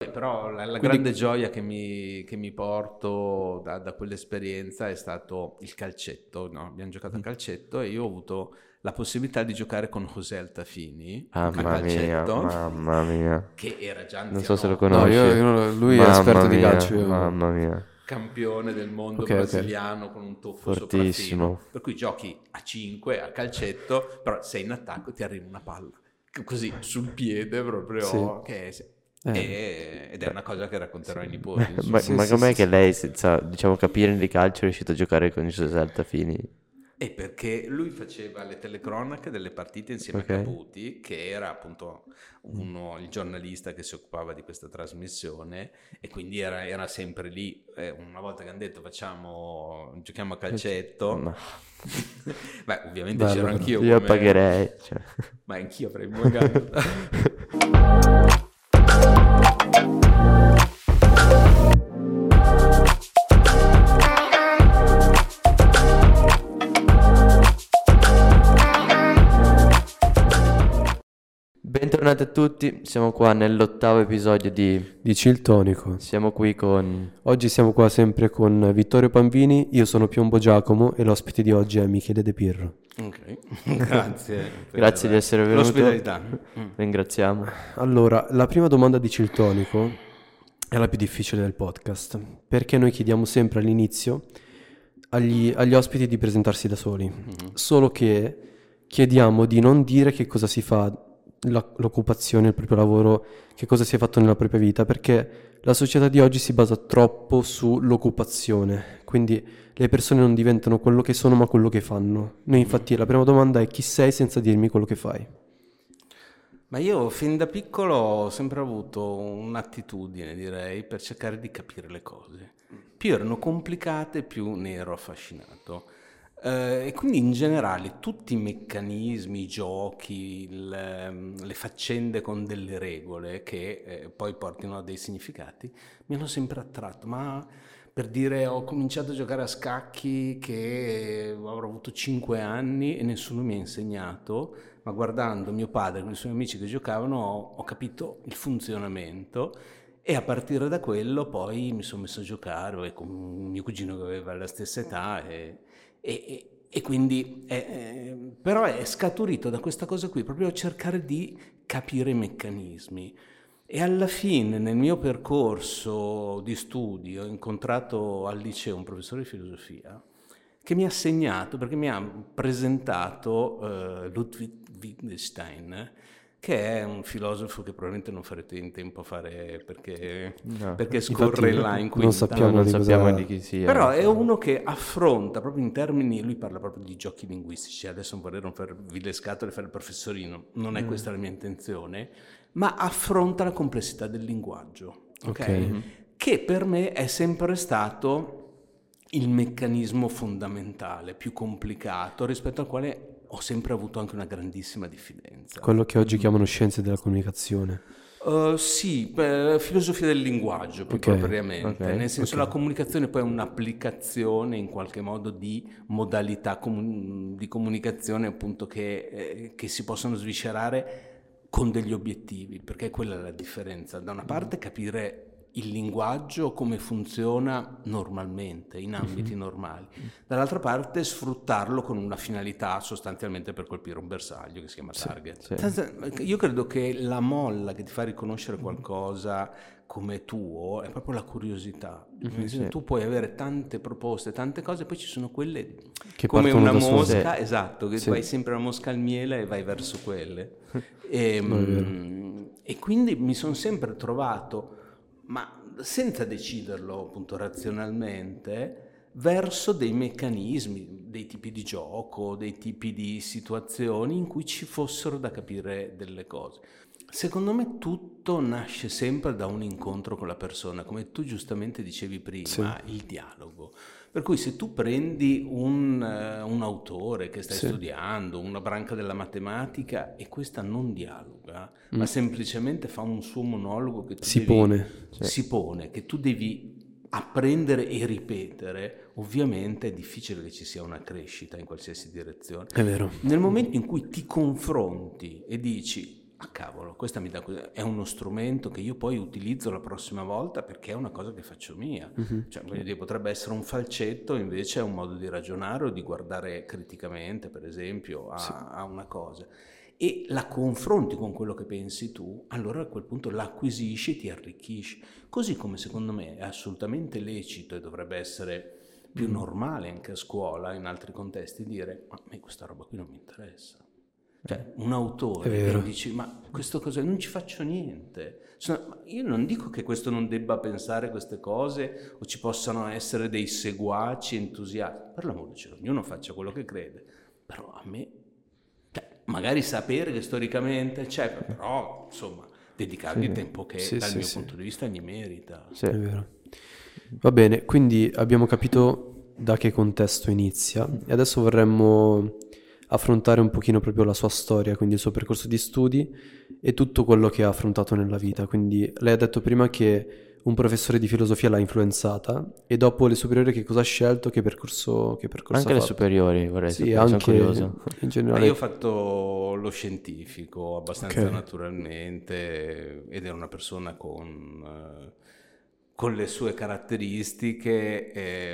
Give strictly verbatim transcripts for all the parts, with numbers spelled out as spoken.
però la, la Quindi... grande gioia che mi, che mi porto da, da quell'esperienza è stato il calcetto, no? Abbiamo giocato a calcetto e io ho avuto la possibilità di giocare con José Altafini a Mamma mia, calcetto, mamma mia. che era già Non so se lo anziano, No, conosci. io, io- lui è Mamma esperto di mia, calcio. io- Mamma mia. campione del mondo Ok, ok. brasiliano con un tocco Fortissimo. sopraffino, per cui giochi a cinque a calcetto, però sei in attacco e ti arriva una palla così sul piede proprio, Sì. che è- Eh. e- ed è una cosa che racconterò ai nipoti, insomma. Ma, Sì, ma sì, com'è sì, che sì. lei, senza diciamo capire di calcio, è riuscito a giocare con Giuseppe Altafini? E perché lui faceva le telecronache delle partite insieme Ok. a Caputi, che era appunto uno, il giornalista che si occupava di questa trasmissione, e quindi era, era sempre lì. Eh, una volta che hanno detto facciamo, giochiamo a calcetto, Ma beh, ovviamente Bello, c'ero però. anch'io, io come- pagherei. Cioè. ma anch'io avrei pagato. Bentornati a tutti, siamo qua nell'ottavo episodio di... Dici il tonico. Siamo qui con... Oggi siamo qua sempre con Vittorio Pambini, io sono Piombo Giacomo e l'ospite di oggi è Michele De Pirro. Ok, grazie. per Grazie di essere venuto. l'ospitalità. Mm. Ringraziamo. Allora, la prima domanda Dici il tonico è la più difficile del podcast, perché noi chiediamo sempre all'inizio agli, agli ospiti di presentarsi da soli, Mm-hmm. solo che chiediamo di non dire che cosa si fa, la- l'occupazione, il proprio lavoro, che cosa si è fatto nella propria vita, perché la società di oggi si basa troppo sull'occupazione, quindi le persone non diventano quello che sono ma quello che fanno. Noi infatti la prima domanda è chi sei senza dirmi quello che fai. Ma io fin da piccolo ho sempre avuto un'attitudine, direi, per cercare di capire le cose. Più erano complicate, più ne ero affascinato. Eh, e quindi in generale tutti i meccanismi, i giochi, il- le faccende con delle regole che eh, poi portano a dei significati, mi hanno sempre attratto. Ma per dire, ho cominciato a giocare a scacchi che avrò avuto cinque anni e nessuno mi ha insegnato, ma guardando mio padre con i suoi amici che giocavano ho, ho capito il funzionamento, e a partire da quello poi mi sono messo a giocare e con un mio cugino che aveva la stessa età e, e- e- e quindi è- è- però è scaturito da questa cosa qui, proprio cercare di capire i meccanismi. E alla fine, nel mio percorso di studi, ho incontrato al liceo un professore di filosofia che mi ha segnato, perché mi ha presentato eh, Ludwig Wittgenstein, che è un filosofo che probabilmente non farete in tempo a fare perché, No. perché scorre Infatti, là in non quinta. sappiamo non di sappiamo cosa- di chi sia. Però è uno che affronta proprio in termini, lui parla proprio di giochi linguistici, adesso non vorrei rompervi le scatole e fare il professorino, non è questa la mia intenzione, ma affronta la complessità del linguaggio, ok? Ok. Che per me è sempre stato il meccanismo fondamentale, più complicato, rispetto al quale ho sempre avuto anche una grandissima diffidenza. Quello che oggi chiamano scienze della comunicazione. Uh, sì, beh, filosofia del linguaggio più Ok, propriamente, ok, nel senso ok. la comunicazione poi è un'applicazione in qualche modo di modalità comu- di comunicazione appunto che, eh, che si possono sviscerare con degli obiettivi, perché quella è la differenza. Da una parte capire il linguaggio come funziona normalmente, in ambiti normali, dall'altra parte sfruttarlo con una finalità sostanzialmente per colpire un bersaglio che si chiama target. sì. Tanto- Io credo che la molla che ti fa riconoscere qualcosa come tuo è proprio la curiosità. Nel senso, sì. Tu puoi avere tante proposte, tante cose, poi ci sono quelle Che come partono una da sole. mosca, Sì. esatto, che Sì. vai sempre alla mosca al miele e vai verso quelle. E, No, è vero. mm, e quindi mi sono sempre trovato, ma senza deciderlo appunto razionalmente, verso dei meccanismi, dei tipi di gioco, dei tipi di situazioni in cui ci fossero da capire delle cose. Secondo me tutto nasce sempre da un incontro con la persona, come tu giustamente dicevi prima, Sì. il dialogo. Per cui se tu prendi un, eh, un autore che stai Sì. studiando, una branca della matematica, e questa non dialoga, Mm. ma semplicemente fa un suo monologo che tu Si devi, pone. si pone, che tu devi apprendere e ripetere, ovviamente è difficile che ci sia una crescita in qualsiasi direzione. È vero. Nel momento in cui ti confronti e dici ah cavolo, questa mi dà, è uno strumento che io poi utilizzo la prossima volta perché è una cosa che faccio mia. Mhm. Cioè, voglio dire, potrebbe essere un falcetto, invece è un modo di ragionare o di guardare criticamente, per esempio, a, Sì. a una cosa. E la confronti con quello che pensi tu, allora a quel punto l'acquisisci e ti arricchisci. Così come secondo me è assolutamente lecito e dovrebbe essere più Mm. normale anche a scuola, in altri contesti, dire ma a me questa roba qui non mi interessa. Cioè, un autore È vero. che dici ma questo cosa non ci faccio niente. Sono- io non dico che questo non debba pensare queste cose o ci possano essere dei seguaci entusiasti, per l'amore di cielo, ognuno faccia quello che crede, però a me, cioè, magari sapere che storicamente c'è, però insomma dedicargli Sì. tempo che Sì, dal sì, mio sì. punto di vista gli merita. Sì. È vero. Va bene, quindi abbiamo capito da che contesto inizia e adesso vorremmo affrontare un pochino proprio la sua storia, quindi il suo percorso di studi e tutto quello che ha affrontato nella vita. Quindi lei ha detto prima che un professore di filosofia l'ha influenzata e dopo le superiori che cosa ha scelto, che percorso, che percorso Anche ha le fatto? superiori vorrei Sì, sapere, sono anche curioso. in Ma generale. io ho fatto lo scientifico abbastanza Ok. naturalmente ed era una persona con, eh, con le sue caratteristiche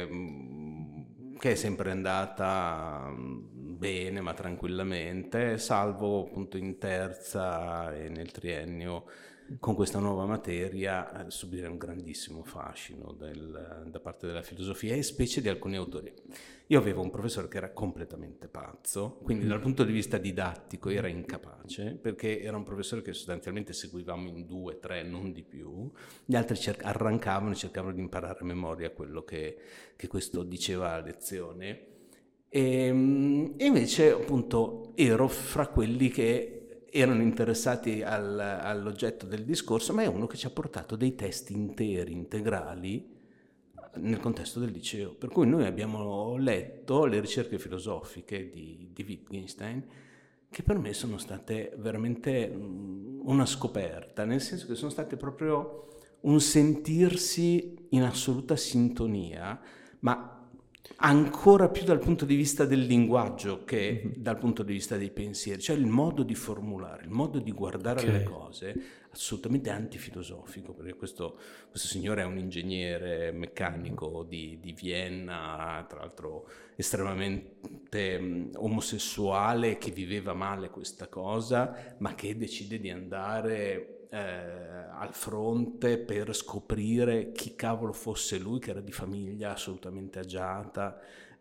ehm, che è sempre andata mm, bene ma tranquillamente, salvo appunto in terza e nel triennio con questa nuova materia eh, subire un grandissimo fascino del- da parte della filosofia e specie di alcuni autori. Io avevo un professore che era completamente pazzo, quindi dal punto di vista didattico era incapace, perché era un professore che sostanzialmente seguivamo in due, tre, non di più. Gli altri cer- arrancavano e cercavano di imparare a memoria quello che, che questo diceva a lezione. E, e invece appunto ero fra quelli che erano interessati al- all'oggetto del discorso, ma è uno che ci ha portato dei testi interi, integrali, nel contesto del liceo. Per cui noi abbiamo letto le ricerche filosofiche di, di Wittgenstein, che per me sono state veramente mm, una scoperta, nel senso che sono state proprio un sentirsi in assoluta sintonia, ma ancora più dal punto di vista del linguaggio che dal punto di vista dei pensieri, cioè il modo di formulare, il modo di guardare Ok. alle cose, assolutamente antifilosofico, perché questo, questo signore è un ingegnere meccanico di, di Vienna, tra l'altro estremamente mh, omosessuale, che viveva male questa cosa, ma che decide di andare eh, al fronte per scoprire chi cavolo fosse lui, che era di famiglia assolutamente agiata,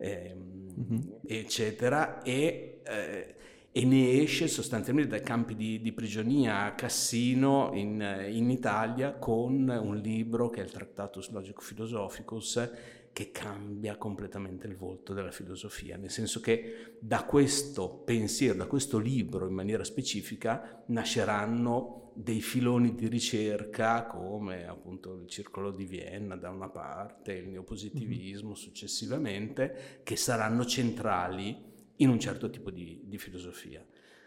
ehm, eccetera, e, eh, e ne esce sostanzialmente dai campi di, di prigionia a Cassino in, in Italia con un libro che è il Tractatus Logico Philosophicus, che cambia completamente il volto della filosofia, nel senso che da questo pensiero, da questo libro in maniera specifica, nasceranno dei filoni di ricerca come appunto il Circolo di Vienna da una parte, il neopositivismo successivamente, che saranno centrali in un certo tipo di, di filosofia.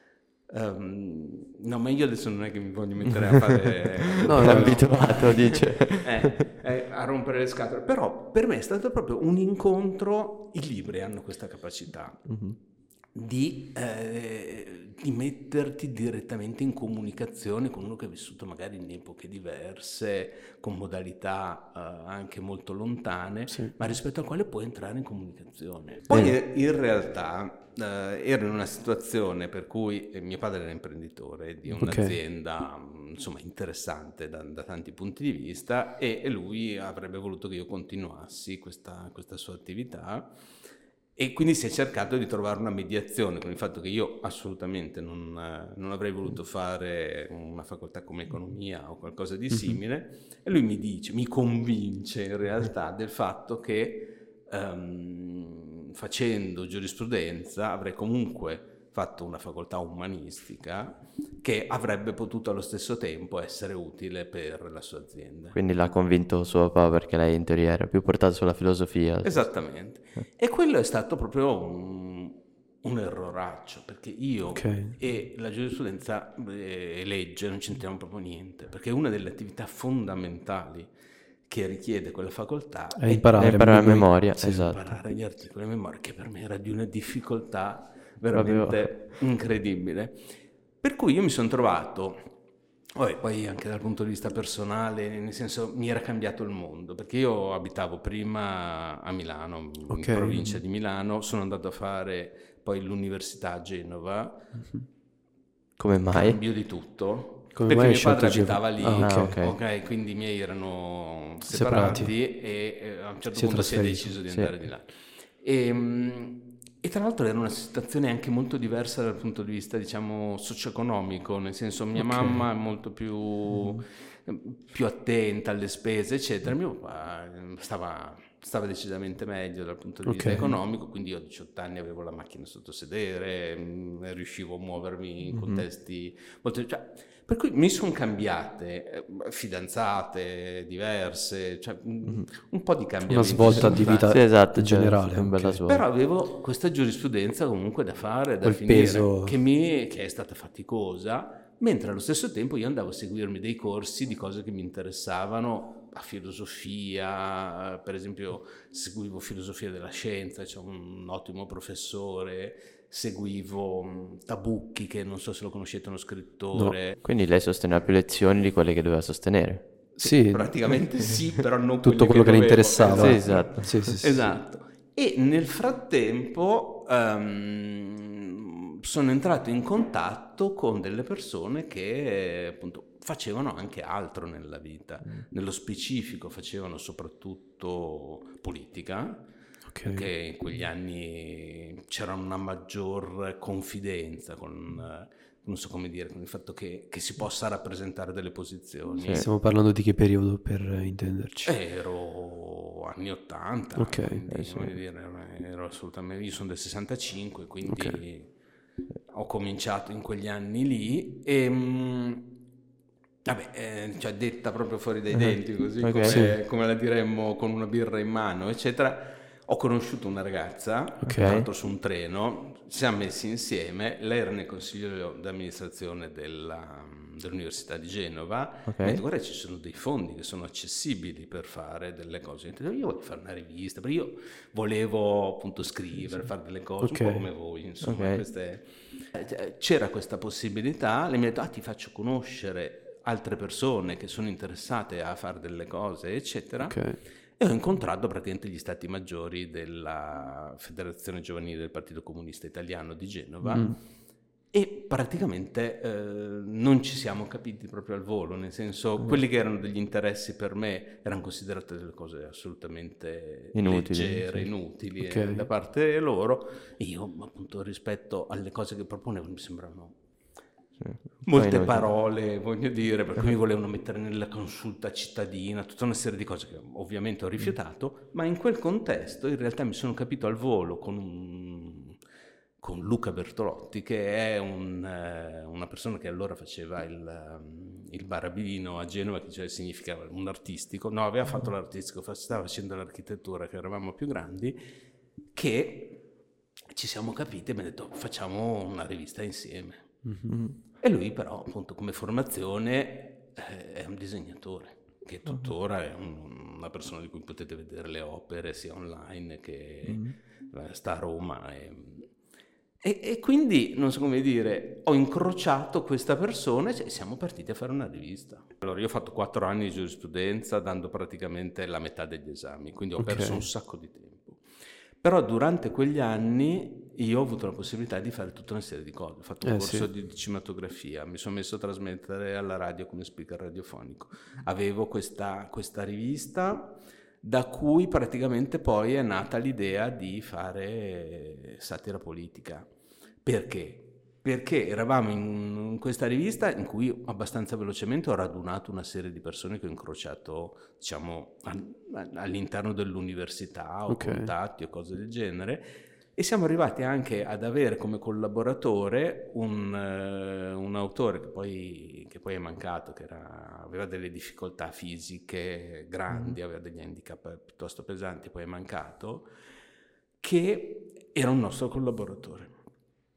Um, no, ma io adesso non è che mi voglio mettere a fare No, È no, abituato, dice. eh, eh, a rompere le scatole, però per me è stato proprio un incontro. I libri hanno questa capacità di, eh, di metterti direttamente in comunicazione con uno che ha vissuto magari in epoche diverse, con modalità eh, anche molto lontane, Sì. ma rispetto al quale puoi entrare in comunicazione. Poi Bene. in realtà eh, ero in una situazione per cui eh, mio padre era imprenditore di un'azienda mh, insomma interessante da, da tanti punti di vista e, e lui avrebbe voluto che io continuassi questa, questa sua attività. E quindi si è cercato di trovare una mediazione con il fatto che io assolutamente non, eh, non avrei voluto fare una facoltà come economia o qualcosa di simile, e lui mi dice, mi convince in realtà del fatto che ehm, facendo giurisprudenza avrei comunque fatto una facoltà umanistica che avrebbe potuto allo stesso tempo essere utile per la sua azienda. Quindi l'ha convinto suo papà perché lei in teoria era più portato sulla filosofia. Esattamente. E quello è stato proprio un, un erroraccio, perché io Ok. e la giurisprudenza eh, e legge non c'entriamo proprio niente, perché una delle attività fondamentali che richiede quella facoltà È è imparare, È imparare a memoria- memoria, sì. esatto. imparare gli articoli a memoria, che per me era di una difficoltà veramente incredibile. Per cui io mi sono trovato, vabbè, poi anche dal punto di vista personale, nel senso mi era cambiato il mondo, perché io abitavo prima a Milano, Ok. in provincia di Milano, sono andato a fare poi l'università a Genova, Come mai? cambio di tutto, Come perché mai hai mio padre scelto abitava Genova? lì, Ah, ok. Ah, ok. ok, quindi i miei erano Separati. separati e eh, a un certo Si è punto si è trasferito. deciso di Sì. andare di là. E, mm, e tra l'altro era una situazione anche molto diversa dal punto di vista, diciamo, socio-economico, nel senso mia Ok. mamma è molto più, più attenta alle spese, eccetera. Mio papà eh, stava, stava decisamente meglio dal punto di vista Ok. economico, quindi io a diciotto anni avevo la macchina sotto sedere, mm, riuscivo a muovermi in contesti molto... Cioè, per cui mi sono cambiate, eh, fidanzate diverse, cioè, mm, un po' di cambiamenti. Una svolta sono di stati. vita Sì, esatto, in cioè, generale. è un bella ok. svolta. Però avevo questa giurisprudenza comunque da fare, da Quel finire, peso. che, mi, che è stata faticosa, mentre allo stesso tempo io andavo a seguirmi dei corsi di cose che mi interessavano, a filosofia, per esempio seguivo filosofia della scienza, c'è un ottimo professore, seguivo mm, Tabucchi, che non so se lo conoscete, uno scrittore. Quindi lei sosteneva più lezioni di quelle che doveva sostenere. Sì, Praticamente sì, però non tutto quelle quello che le dovevo. interessava. Sì, esatto. Sì, sì, sì. Esatto. E nel frattempo ehm, sono entrato in contatto con delle persone che appunto facevano anche altro nella vita. Nello specifico facevano soprattutto politica, Ok. perché in quegli anni c'era una maggior confidenza con, eh, non so come dire, con il fatto che, che si possa rappresentare delle posizioni. Sì. Stiamo parlando di che periodo per eh, intenderci? Ero anni ottanta, Ok, quindi, eh sì. voglio dire, ero assolutamente, io sono del sessantacinque, quindi Ok. ho cominciato in quegli anni lì e mh, vabbè, eh, cioè detta proprio fuori dai denti, così Ok. come, Sì. come la diremmo con una birra in mano, eccetera. Ho conosciuto una ragazza, Ok. tra l'altro su un treno, ci siamo messi insieme, lei era nel consiglio d'amministrazione della, dell'Università di Genova, Ok. mi ha detto guarda ci sono dei fondi che sono accessibili per fare delle cose, io ho detto, io voglio fare una rivista, perché io volevo appunto scrivere, fare delle cose, Ok. un po' come voi, insomma, Ok. queste... eh, c'era questa possibilità, lei mi ha detto ah ti faccio conoscere altre persone che sono interessate a fare delle cose, eccetera. Ok. E ho incontrato praticamente gli stati maggiori della Federazione Giovanile del Partito Comunista Italiano di Genova Mm. e praticamente eh, non ci siamo capiti proprio al volo, nel senso quelli che erano degli interessi per me erano considerate delle cose assolutamente Inutili, leggere, sì. inutili Ok. eh, da parte loro, e io appunto rispetto alle cose che proponevo mi sembravano molte Poi no, parole, voglio dire, per cui mi volevano mettere nella consulta cittadina, tutta una serie di cose che ovviamente ho rifiutato, ma in quel contesto in realtà mi sono capito al volo con, un, con Luca Bertolotti, che è un, eh, una persona che allora faceva il, um, il barabino a Genova, che cioè significava un artistico, no, aveva fatto l'artistico, fa- stava facendo l'architettura, che eravamo più grandi, che ci siamo capiti e mi ha detto facciamo una rivista insieme. E lui però appunto come formazione eh, è un disegnatore, che tuttora è un- una persona di cui potete vedere le opere sia online che eh, sta a Roma. E, e- e quindi, non so come dire, ho incrociato questa persona e cioè, siamo partiti a fare una rivista. Allora io ho fatto quattro anni di giurisprudenza dando praticamente la metà degli esami, quindi ho Ok. perso un sacco di tempo. Però durante quegli anni io ho avuto la possibilità di fare tutta una serie di cose. Ho fatto un Eh, corso sì. di cinematografia, mi sono messo a trasmettere alla radio come speaker radiofonico. Avevo questa, questa rivista da cui praticamente poi è nata l'idea di fare satira politica. Perché? Perché eravamo in questa rivista in cui abbastanza velocemente ho radunato una serie di persone che ho incrociato, diciamo, all'interno dell'università, o Ok. contatti o cose del genere, e siamo arrivati anche ad avere come collaboratore un, eh, un autore che poi, che poi è mancato, che era, aveva delle difficoltà fisiche grandi, aveva degli handicap piuttosto pesanti, poi è mancato, che era un nostro collaboratore.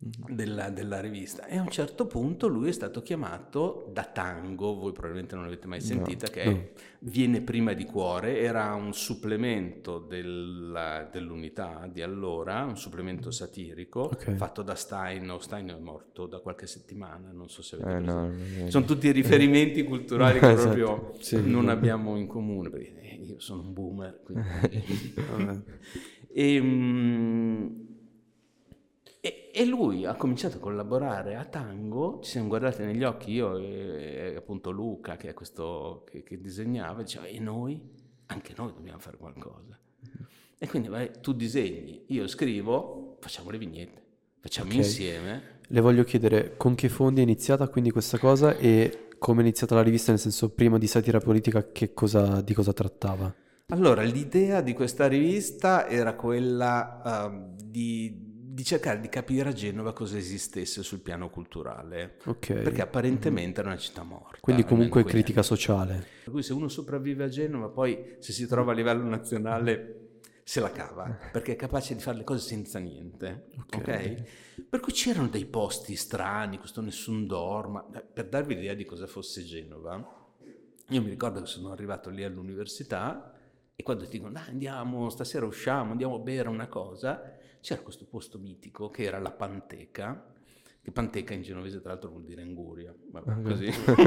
della, della rivista, e a un certo punto lui è stato chiamato da Tango, voi probabilmente non l'avete mai sentita, No, che no. viene prima di Cuore, era un supplemento della- dell'Unità di allora, un supplemento satirico Ok. fatto da Stein. No, Stein è morto da qualche settimana, non so se avete Eh, no, presente. non- Sono tutti riferimenti culturali che Esatto. proprio Sì. non abbiamo in comune, perché io sono un boomer, quindi... Vabbè. E, mm, e- e lui ha cominciato a collaborare a Tango, ci siamo guardati negli occhi, io e, e appunto Luca, che è questo che, che disegnava, diceva, e noi? Anche noi dobbiamo fare qualcosa. E quindi vai, tu disegni, io scrivo, facciamo le vignette, facciamo Ok. insieme. Le voglio chiedere con che fondi è iniziata quindi questa cosa e come è iniziata la rivista, nel senso prima di satira politica che cosa, di cosa trattava? Allora, l'idea di questa rivista era quella ehm, di, di cercare di capire a Genova cosa esistesse sul piano culturale, Ok. perché apparentemente era una città morta. Quindi almeno comunque in quegli critica anni. sociale. Per cui se uno sopravvive a Genova, poi se si trova a livello nazionale se la cava, perché è capace di fare le cose senza niente, Ok. ok? Per cui c'erano dei posti strani, questo Nessun Dorma. Per darvi l'idea di cosa fosse Genova, io mi ricordo che sono arrivato lì all'università e quando ti dicono dai, andiamo, stasera usciamo, andiamo a bere una cosa, c'era questo posto mitico che era la Panteca, che Panteca in genovese tra l'altro vuol dire anguria, vabbè, così,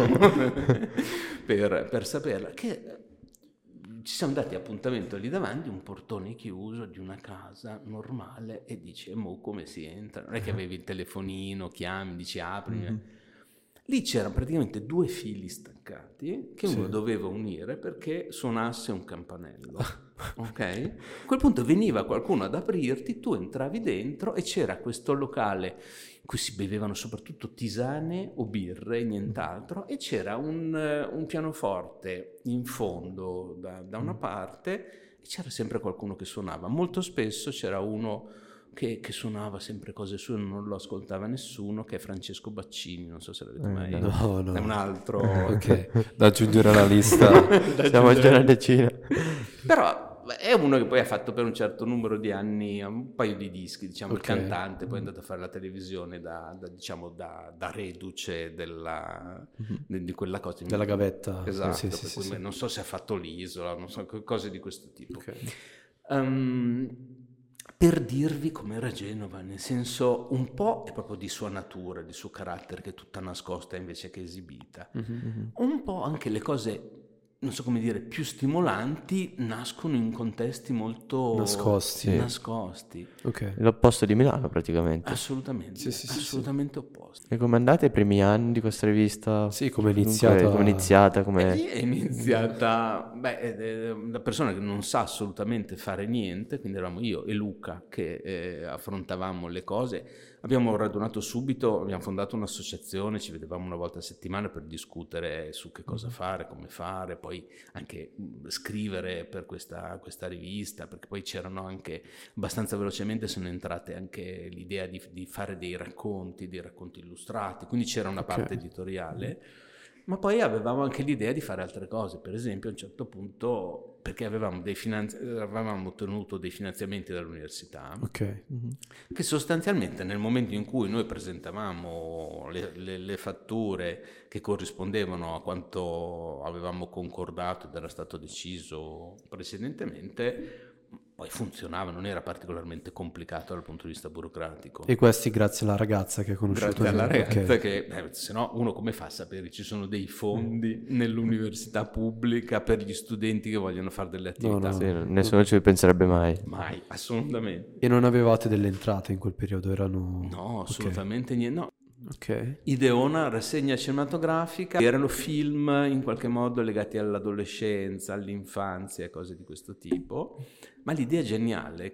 per, per saperla, che ci siamo dati appuntamento lì davanti, un portone chiuso di una casa normale, e dici, e mo come si entra? Non è che avevi il telefonino, chiami, dici apri. Mm-hmm. Lì c'erano praticamente due fili staccati che uno Sì. doveva unire perché suonasse un campanello. Ok? A quel punto veniva qualcuno ad aprirti, tu entravi dentro e c'era questo locale in cui si bevevano soprattutto tisane o birre, nient'altro, e c'era un, eh, un pianoforte in fondo da, da una parte e c'era sempre qualcuno che suonava. Molto spesso c'era uno che, che suonava sempre cose sue, non lo ascoltava nessuno, che è Francesco Baccini, non so se l'avete Eh, mai... No, no. È un altro... Ok, da aggiungere alla lista. Siamo già una decina. Però è uno che poi ha fatto per un certo numero di anni un paio di dischi, diciamo, Ok. il cantante, poi è andato a fare la televisione da, da, diciamo, da, da reduce della, di, di quella cosa. Della gavetta. Esatto, Sì, sì, per sì, cui sì. non so se ha fatto l'Isola, non so, cose di questo tipo. Ok. Um, per dirvi com'era Genova, nel senso un po' è proprio di sua natura, di suo carattere, che è tutta nascosta invece che esibita. Mhm. Un po' anche le cose, non so come dire, più stimolanti nascono in contesti molto Nascosti. nascosti. Ok. L'opposto di Milano praticamente. Assolutamente, Sì, sì, sì, assolutamente opposti. E come andate i primi anni di questa rivista? Sì, come è Comunque, iniziata- Come è iniziata, E come... lì è iniziata, beh, eh, da persona che non sa assolutamente fare niente, quindi eravamo io e Luca che eh, affrontavamo le cose. Abbiamo radunato subito, abbiamo fondato un'associazione, ci vedevamo una volta a settimana per discutere su che cosa fare, come fare, poi anche mh, scrivere per questa, questa rivista, perché poi c'erano anche, abbastanza velocemente sono entrate anche l'idea di, di fare dei racconti, dei racconti illustrati, quindi c'era una Ok. parte editoriale. Ma poi avevamo anche l'idea di fare altre cose, per esempio a un certo punto, perché avevamo, dei finanzi- avevamo ottenuto dei finanziamenti dall'università, Ok. che sostanzialmente nel momento in cui noi presentavamo le, le- le fatture che corrispondevano a quanto avevamo concordato ed era stato deciso precedentemente, poi funzionava, non era particolarmente complicato dal punto di vista burocratico. E questi grazie alla ragazza che ha conosciuto. Grazie alla Ok. ragazza che, eh, se no uno come fa a sapere? Ci sono dei fondi nell'università pubblica per gli studenti che vogliono fare delle attività? no. Sì, nessuno ci penserebbe mai. Mai, assolutamente. E non avevate delle entrate in quel periodo, erano... No, Ok. assolutamente niente. No. Ok. Ideona, rassegna cinematografica, erano film in qualche modo legati all'adolescenza, all'infanzia e cose di questo tipo, ma l'idea geniale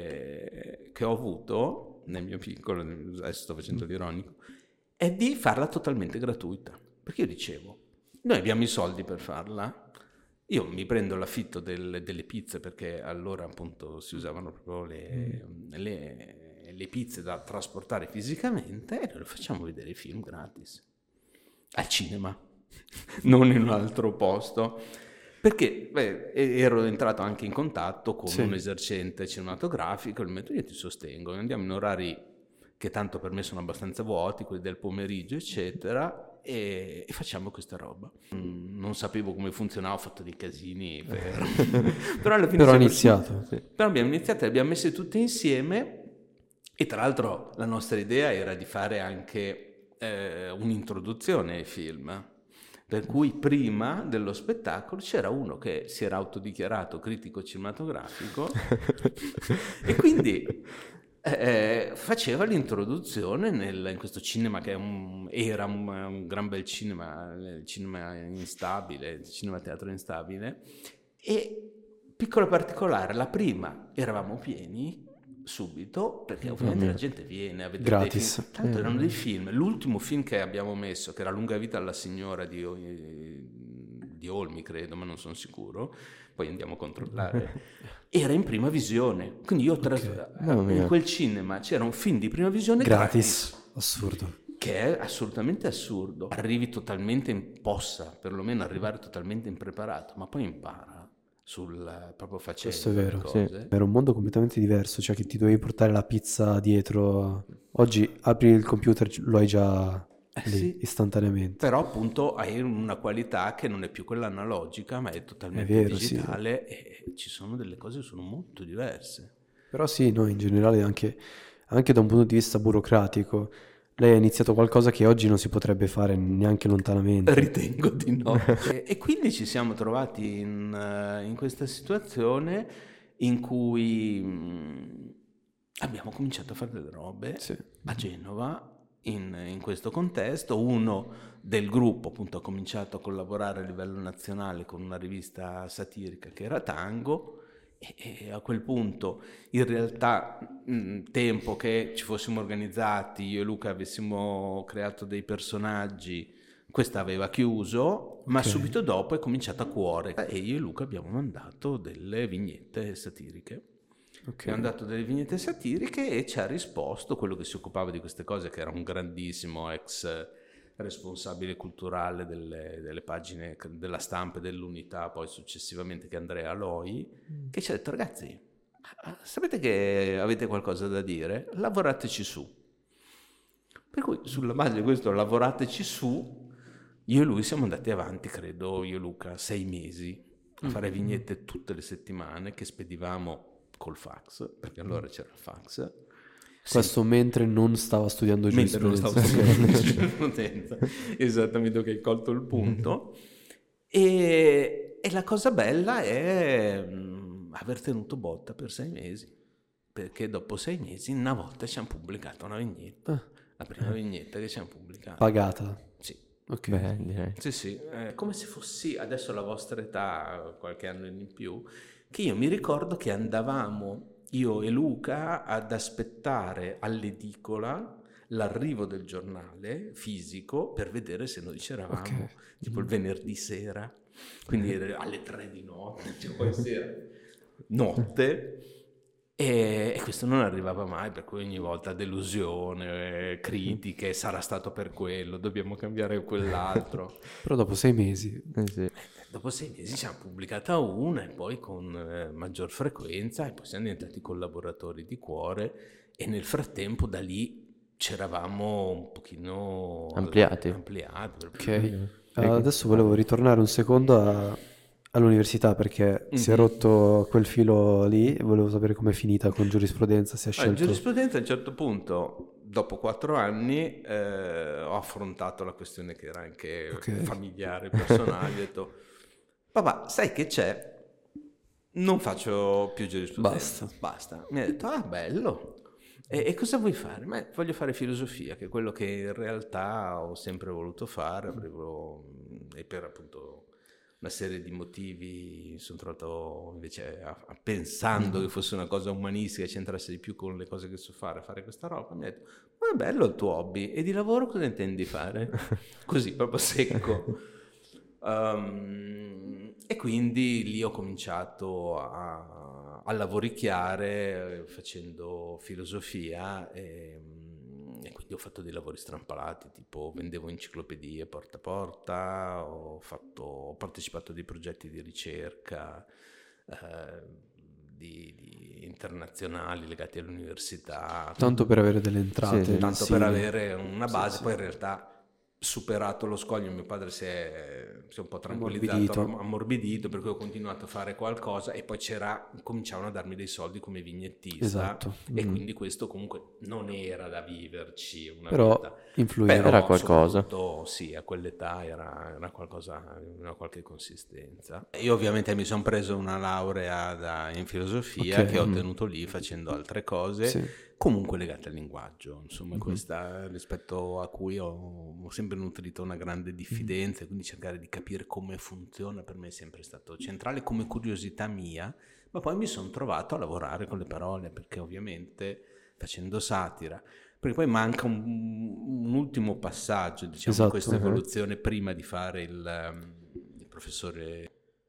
che, che ho avuto nel mio piccolo, adesso sto facendo l'ironico, è di farla totalmente gratuita, perché io dicevo, noi abbiamo i soldi per farla, io mi prendo l'affitto del- delle pizze, perché allora appunto si usavano proprio le, le- le pizze da trasportare fisicamente, e noi lo facciamo vedere i film gratis al cinema, non in un altro posto, perché beh, ero entrato anche in contatto con Sì. un esercente cinematografico, e mi ha detto io ti sostengo, andiamo in orari che tanto per me sono abbastanza vuoti, quelli del pomeriggio, eccetera, e, e facciamo questa roba. Mm, non sapevo come funzionava, ho fatto dei casini, per... però alla fine Però ho siamo iniziato. riusciti. Però abbiamo iniziato, le abbiamo messe tutte insieme, e tra l'altro la nostra idea era di fare anche eh, un'introduzione ai film. Per cui prima dello spettacolo c'era uno che si era autodichiarato critico cinematografico e quindi eh, faceva l'introduzione nel, in questo cinema che è un, era un, un gran bel cinema, il cinema instabile, il cinema teatro instabile. E piccolo particolare, la prima eravamo pieni subito, perché ovviamente la gente viene a vedere Gratis. dei film. Tanto erano dei film. L'ultimo film che abbiamo messo, che era Lunga vita alla signora di, di Olmi, credo, ma non sono sicuro, poi andiamo a controllare, era in prima visione. Quindi io tra... Okay. in quel cinema c'era un film di prima visione Gratis. gratis. Assurdo. Che è assolutamente assurdo. Arrivi totalmente in possa, perlomeno arrivare totalmente impreparato, ma poi impara sul proprio facendo Questo è vero, le cose. sì. Era un mondo completamente diverso, cioè che ti dovevi portare la pizza dietro. Oggi apri il computer, lo hai già Eh, lì, sì. istantaneamente. Però appunto hai una qualità che non è più quella analogica, ma è totalmente È vero, sì. digitale, e ci sono delle cose che sono molto diverse. Però sì, no, in generale anche, anche da un punto di vista burocratico, lei ha iniziato qualcosa che oggi non si potrebbe fare neanche lontanamente. Ritengo di no. e, e quindi ci siamo trovati in, eh, in questa situazione in cui mh, abbiamo cominciato a fare delle robe Sì. a Genova in, in questo contesto. Uno del gruppo appunto ha cominciato a collaborare a livello nazionale con una rivista satirica che era Tango, e, e a quel punto in realtà mh, tempo che ci fossimo organizzati, io e Luca avessimo creato dei personaggi, questa aveva chiuso, ma Ok. subito dopo è cominciata Cuore e io e Luca abbiamo mandato delle vignette satiriche. Ok. Abbiamo dato delle vignette satiriche e ci ha risposto quello che si occupava di queste cose, che era un grandissimo ex responsabile culturale delle, delle pagine della Stampa e dell'Unità, poi successivamente, che è Andrea Loi, che ci ha detto: ragazzi, sapete che avete qualcosa da dire? Lavorateci su. Per cui sulla base di questo lavorateci su, io e lui siamo andati avanti, credo, io e Luca, sei mesi a fare vignette tutte le settimane che spedivamo col fax, perché allora c'era il fax. Questo mentre non stava studiando Mentre non stavo giurisprudenza. studiando giurisprudenza, esattamente, che hai colto il punto. E, e la cosa bella è mh, aver tenuto botta per sei mesi, perché dopo sei mesi una volta ci hanno pubblicato una vignetta, Ah, la prima vignetta che ci hanno pubblicato. pagata. Sì. Ok. Beh, direi. Sì, sì, è come se fossi adesso la vostra età, qualche anno in più, che io mi ricordo che andavamo io e Luca ad aspettare all'edicola l'arrivo del giornale fisico per vedere se noi c'eravamo, Ok. tipo il venerdì sera, quindi era alle tre di notte, cioè poi sera, notte. E, e questo non arrivava mai, per cui ogni volta delusione, critiche, sarà stato per quello, dobbiamo cambiare quell'altro. Però dopo sei mesi. Eh sì. Dopo sei mesi ci hanno pubblicata una, e poi con eh, maggior frequenza, e poi siamo diventati collaboratori di Cuore, e nel frattempo da lì c'eravamo un pochino Ampliati. ampliati. Ok. Uh, adesso volevo ritornare un secondo a- all'università perché si è Mhm. rotto quel filo lì e volevo sapere com'è finita con giurisprudenza, se ha Allora, in scelto... giurisprudenza a un certo punto, dopo quattro anni, eh, ho affrontato la questione che era anche Ok. familiare, personale, ho detto: papà, sai che c'è? Non faccio più giurisprudenza. Basta. Basta. Mi ha detto: ah, bello. E, e cosa vuoi fare? Ma voglio fare filosofia, che è quello che in realtà ho sempre voluto fare, avevo, e per appunto una serie di motivi mi sono trovato invece a, a- pensando che fosse una cosa umanistica, c'entrasse di più con le cose che so fare, fare questa roba. Mi ha detto: ma è bello il tuo hobby, e di lavoro cosa intendi fare? Così, proprio secco. Um, e quindi lì ho cominciato a, a lavoricchiare eh, facendo filosofia, e, e quindi ho fatto dei lavori strampalati, tipo vendevo enciclopedie porta a porta, ho, fatto, ho partecipato a dei progetti di ricerca, eh, di, di internazionali legati all'università. Tanto per avere delle entrate. Sì, sì. Tanto mensili. per avere una base, Sì, sì. poi in realtà superato lo scoglio mio padre si è, si è un po' tranquillizzato, Ammorbidito. ammorbidito, per cui ho continuato a fare qualcosa e poi c'era, cominciavano a darmi dei soldi come vignettista, Esatto. e Mm. quindi questo comunque non era da viverci una Però vita. influiva. Però Era qualcosa. soprattutto sì, a quell'età era, era qualcosa, una qualche consistenza. Io ovviamente mi sono preso una laurea da- in filosofia Ok. che ho Mm. ottenuto lì facendo altre cose, Sì. comunque legate al linguaggio, insomma, Mhm. questa rispetto a cui ho, ho sempre nutrito una grande diffidenza, e quindi cercare di capire come funziona per me è sempre stato centrale come curiosità mia, ma poi mi sono trovato a lavorare con le parole, perché ovviamente facendo satira, perché poi manca un, un ultimo passaggio, diciamo, Esatto. in questa Mhm. evoluzione prima di fare il, um, il professore.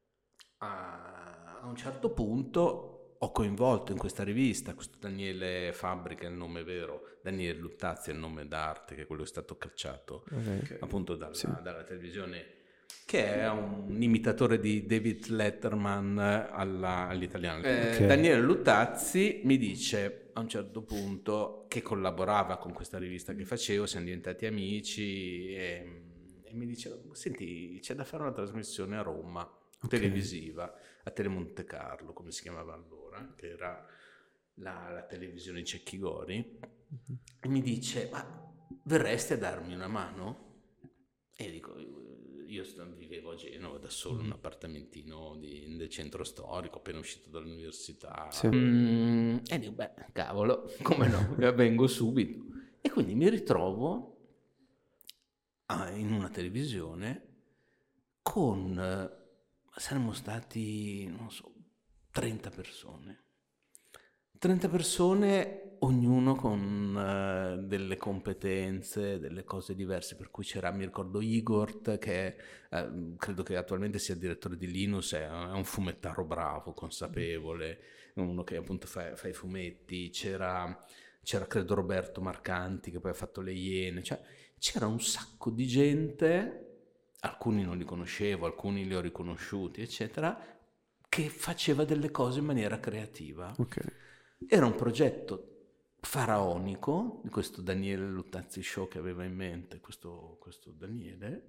A, a un certo punto ho coinvolto in questa rivista questo Daniele Fabbri, che è il nome vero, Daniele Luttazzi è il nome d'arte, che è quello che è stato cacciato Ok. appunto dalla, Sì. dalla televisione, che è un imitatore di David Letterman alla- all'italiano. Eh, Ok. Daniele Luttazzi mi dice a un certo punto, che collaborava con questa rivista che facevo, siamo diventati amici, e, e mi dice: senti, c'è da fare una trasmissione a Roma, Ok. televisiva, a Telemonte Carlo, come si chiamava allora, che era la, la televisione di Cecchi Gori, e mi dice: ma verresti a darmi una mano? E io dico: io sto- vivevo a Genova da solo in un appartamentino di- del centro storico, appena uscito dall'università. Sì. Mm, e dico: beh, cavolo, come no, vengo subito. E quindi mi ritrovo ah, in una televisione con, eh, saremmo stati, non so, trenta persone. trenta persone, ognuno con eh, delle competenze, delle cose diverse, per cui c'era, mi ricordo, Igor, che eh, credo che attualmente sia il direttore di Linus, è, è un fumettaro bravo, consapevole, uno che appunto fa, fa i fumetti, c'era, c'era credo Roberto Marcanti, che poi ha fatto Le Iene, cioè c'era un sacco di gente, alcuni non li conoscevo, alcuni li ho riconosciuti, eccetera, che faceva delle cose in maniera creativa. Ok. Era un progetto faraonico di questo Daniele Luttazzi Show che aveva in mente questo, questo Daniele,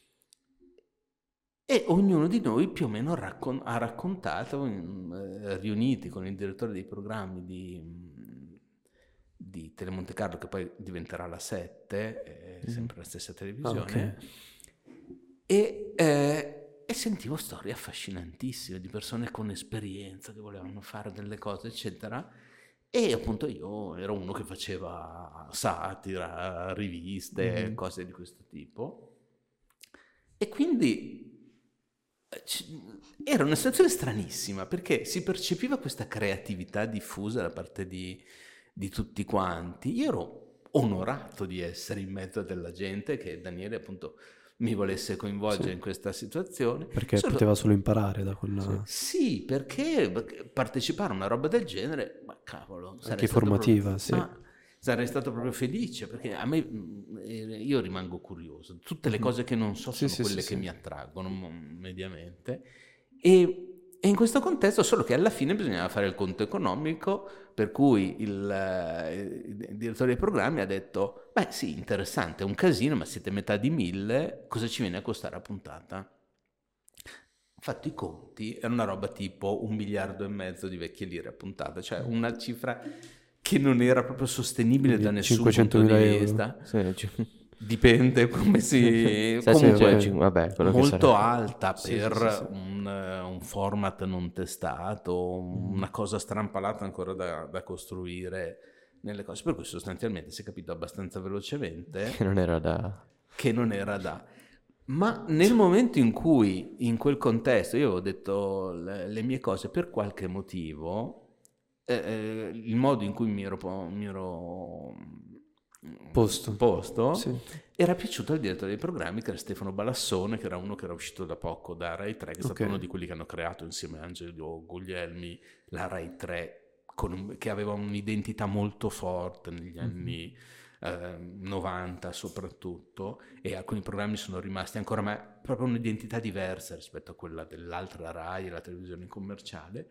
e ognuno di noi più o meno raccon- ha raccontato, in, eh, riuniti con il direttore dei programmi di, di Telemonte Carlo, che poi diventerà la sette, è sempre la stessa televisione, Ah, ok. e, eh, e sentivo storie affascinantissime di persone con esperienza che volevano fare delle cose, eccetera. E appunto io ero uno che faceva satira, riviste, Mhm. cose di questo tipo. E quindi eh, ci- era una situazione stranissima, perché si percepiva questa creatività diffusa da parte di, di tutti quanti. Io ero onorato di essere in mezzo a della gente, che Daniele appunto mi volesse coinvolgere Sì. in questa situazione. Perché Solo- poteva solo imparare da quella... sì, perché perché partecipare a una roba del genere, ma cavolo, sarei Anche stato formativa, proprio, sì. ah, sarei stato proprio felice, perché a me, mh, eh, io rimango curioso. Tutte le Mhm. cose che non so Sì, sono sì, quelle sì, che sì. mi attraggono m- mediamente. E, e in questo contesto, solo che alla fine bisognava fare il conto economico, per cui il, eh, il direttore dei programmi ha detto: beh sì, interessante, è un casino, ma siete metà di mille, cosa ci viene a costare a puntata? Fatto i conti, era una roba tipo un miliardo e mezzo di vecchie lire a puntata, cioè una cifra che non era proprio sostenibile da Quindi nessun punto di cinquecentomila euro. vista. Sì, ci- Dipende come si... Sì, comunque cinque- vabbè, quello che molto sarà. alta Sì, per sì, sì, sì. un, eh, un format non testato, una cosa strampalata ancora da, da costruire nelle cose, per cui sostanzialmente si è capito abbastanza velocemente Che non era da... che non era da... Ma nel momento in cui, in quel contesto, io avevo detto le, le mie cose per qualche motivo, eh, eh, il modo in cui mi ero, po- mi ero mm, Posto. posto Sì. era piaciuto al direttore dei programmi, che era Stefano Balassone, che era uno che era uscito da poco da Rai tre, che è stato Ok. uno di quelli che hanno creato insieme a Angelo Guglielmi la Rai tre, con un- che aveva un'identità molto forte negli anni eh, novanta soprattutto, e alcuni programmi sono rimasti ancora, ma proprio un'identità diversa rispetto a quella dell'altra Rai e la televisione commerciale.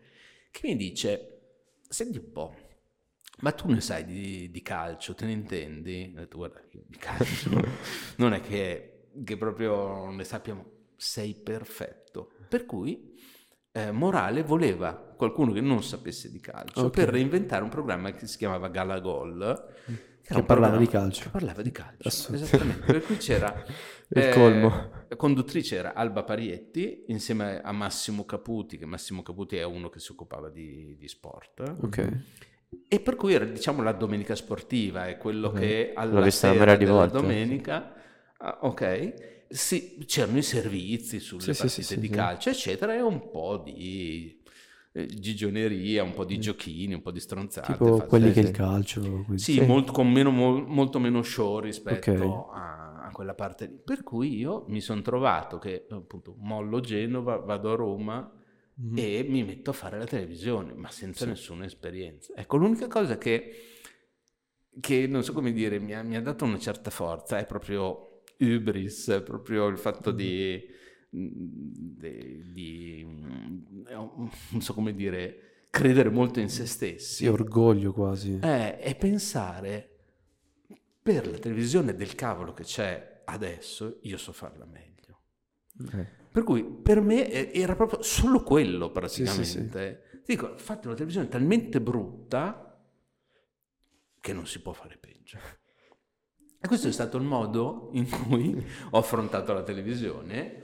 che mi dice, senti un po', ma tu ne sai di, di calcio, te ne intendi? Ho detto, guarda, io di calcio non è che, che proprio ne sappiamo, sei perfetto. Per cui eh, Morale voleva qualcuno che non sapesse di calcio, Ok. per reinventare un programma che si chiamava Gala Gol, che, era Che un parlava di programma calcio. Che parlava di calcio, Assolutamente. esattamente. Per cui c'era... Il colmo. Conduttrice era Alba Parietti insieme a Massimo Caputi, che Massimo Caputi è uno che si occupava di, di sport. Ok. E per cui era, diciamo, la domenica sportiva, è quello Ok. che L'ho alla vista una sera marea di della volte. domenica, ah, ok, sì, c'erano i servizi sulle Sì, sì, partite sì, sì, di sì. calcio, eccetera, e un po' di eh, gigioneria, un po' di giochini, un po' di stronzate. Tipo fatte- quelli che sì. il calcio. quindi- Sì, molto, con meno, mol- molto meno show rispetto Ok. a, a quella parte lì. Per cui io mi sono trovato che appunto mollo Genova, vado a Roma Mhm. e mi metto a fare la televisione, ma senza nessuna esperienza. Ecco, l'unica cosa che, che non so come dire, mi ha, mi ha dato una certa forza è proprio hubris, è proprio il fatto di, di, di- non so come dire, credere molto in se stessi. Sì, orgoglio quasi. Eh, e pensare, per la televisione del cavolo che c'è adesso, io so farla meglio. Eh. Per cui per me eh, era proprio solo quello praticamente. Sì, sì, Ti dico, fate una televisione talmente brutta che non si può fare peggio. E questo è stato il modo in cui ho affrontato la televisione,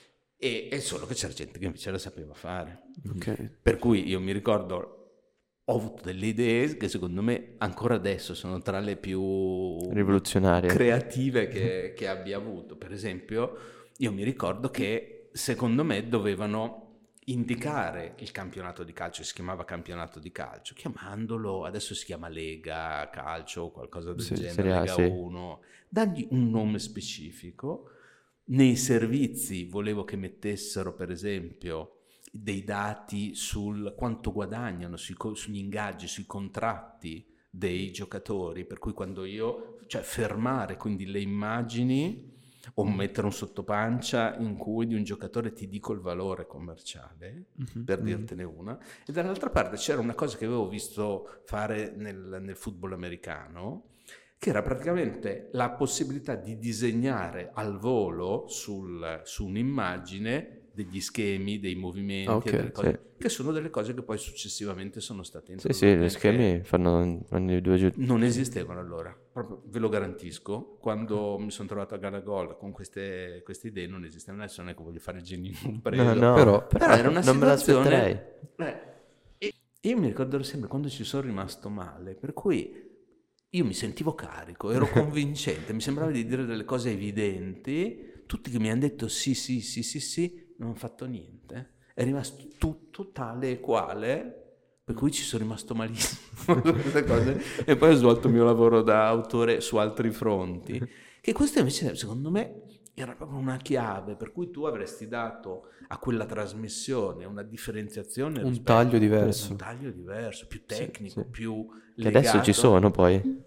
e è solo che c'era gente che invece la sapeva fare. Ok. Per cui io mi ricordo, ho avuto delle idee che secondo me ancora adesso sono tra le più Rivoluzionarie. creative che, che abbia avuto. Per esempio, io mi ricordo che secondo me dovevano indicare il campionato di calcio, si chiamava campionato di calcio, chiamandolo, adesso si chiama Lega Calcio o qualcosa del Sì, genere, Serie A, Lega sì. uno, dargli un nome specifico. Nei servizi volevo che mettessero, per esempio, dei dati sul quanto guadagnano, sui, co- sugli ingaggi, sui contratti dei giocatori, per cui quando io, cioè fermare quindi le immagini o mettere un sottopancia in cui di un giocatore ti dico il valore commerciale, Mhm, per mhm. dirtene una, e dall'altra parte c'era una cosa che avevo visto fare nel, nel football americano, che era praticamente la possibilità di disegnare al volo sul, su un'immagine degli schemi, dei movimenti, Ah, ok, e delle cose, sì. che sono delle cose che poi successivamente sono state Sì, introdotte. sì, gli che schemi fanno vanno di due giù. non esistevano allora, proprio ve lo garantisco. Quando mi sono trovato a Gala Gol con queste, queste idee non esistevano. Adesso non è che voglio fare il genio incompreso. No, no, Però- Però era una non me situazione... l'aspetterei. Eh, e io mi ricorderò sempre quando ci sono rimasto male, per cui io mi sentivo carico, ero convincente, mi sembrava di dire delle cose evidenti, tutti che mi hanno detto sì, sì, sì, sì, sì, non ho fatto niente, è rimasto tutto tale e quale, per cui ci sono rimasto malissimo queste cose, e poi ho svolto il mio lavoro da autore su altri fronti, che questo invece secondo me era proprio una chiave, per cui tu avresti dato a quella trasmissione una differenziazione, Un rispetto- taglio diverso. un taglio diverso, più tecnico, sì. più Che adesso ci legato. sono poi.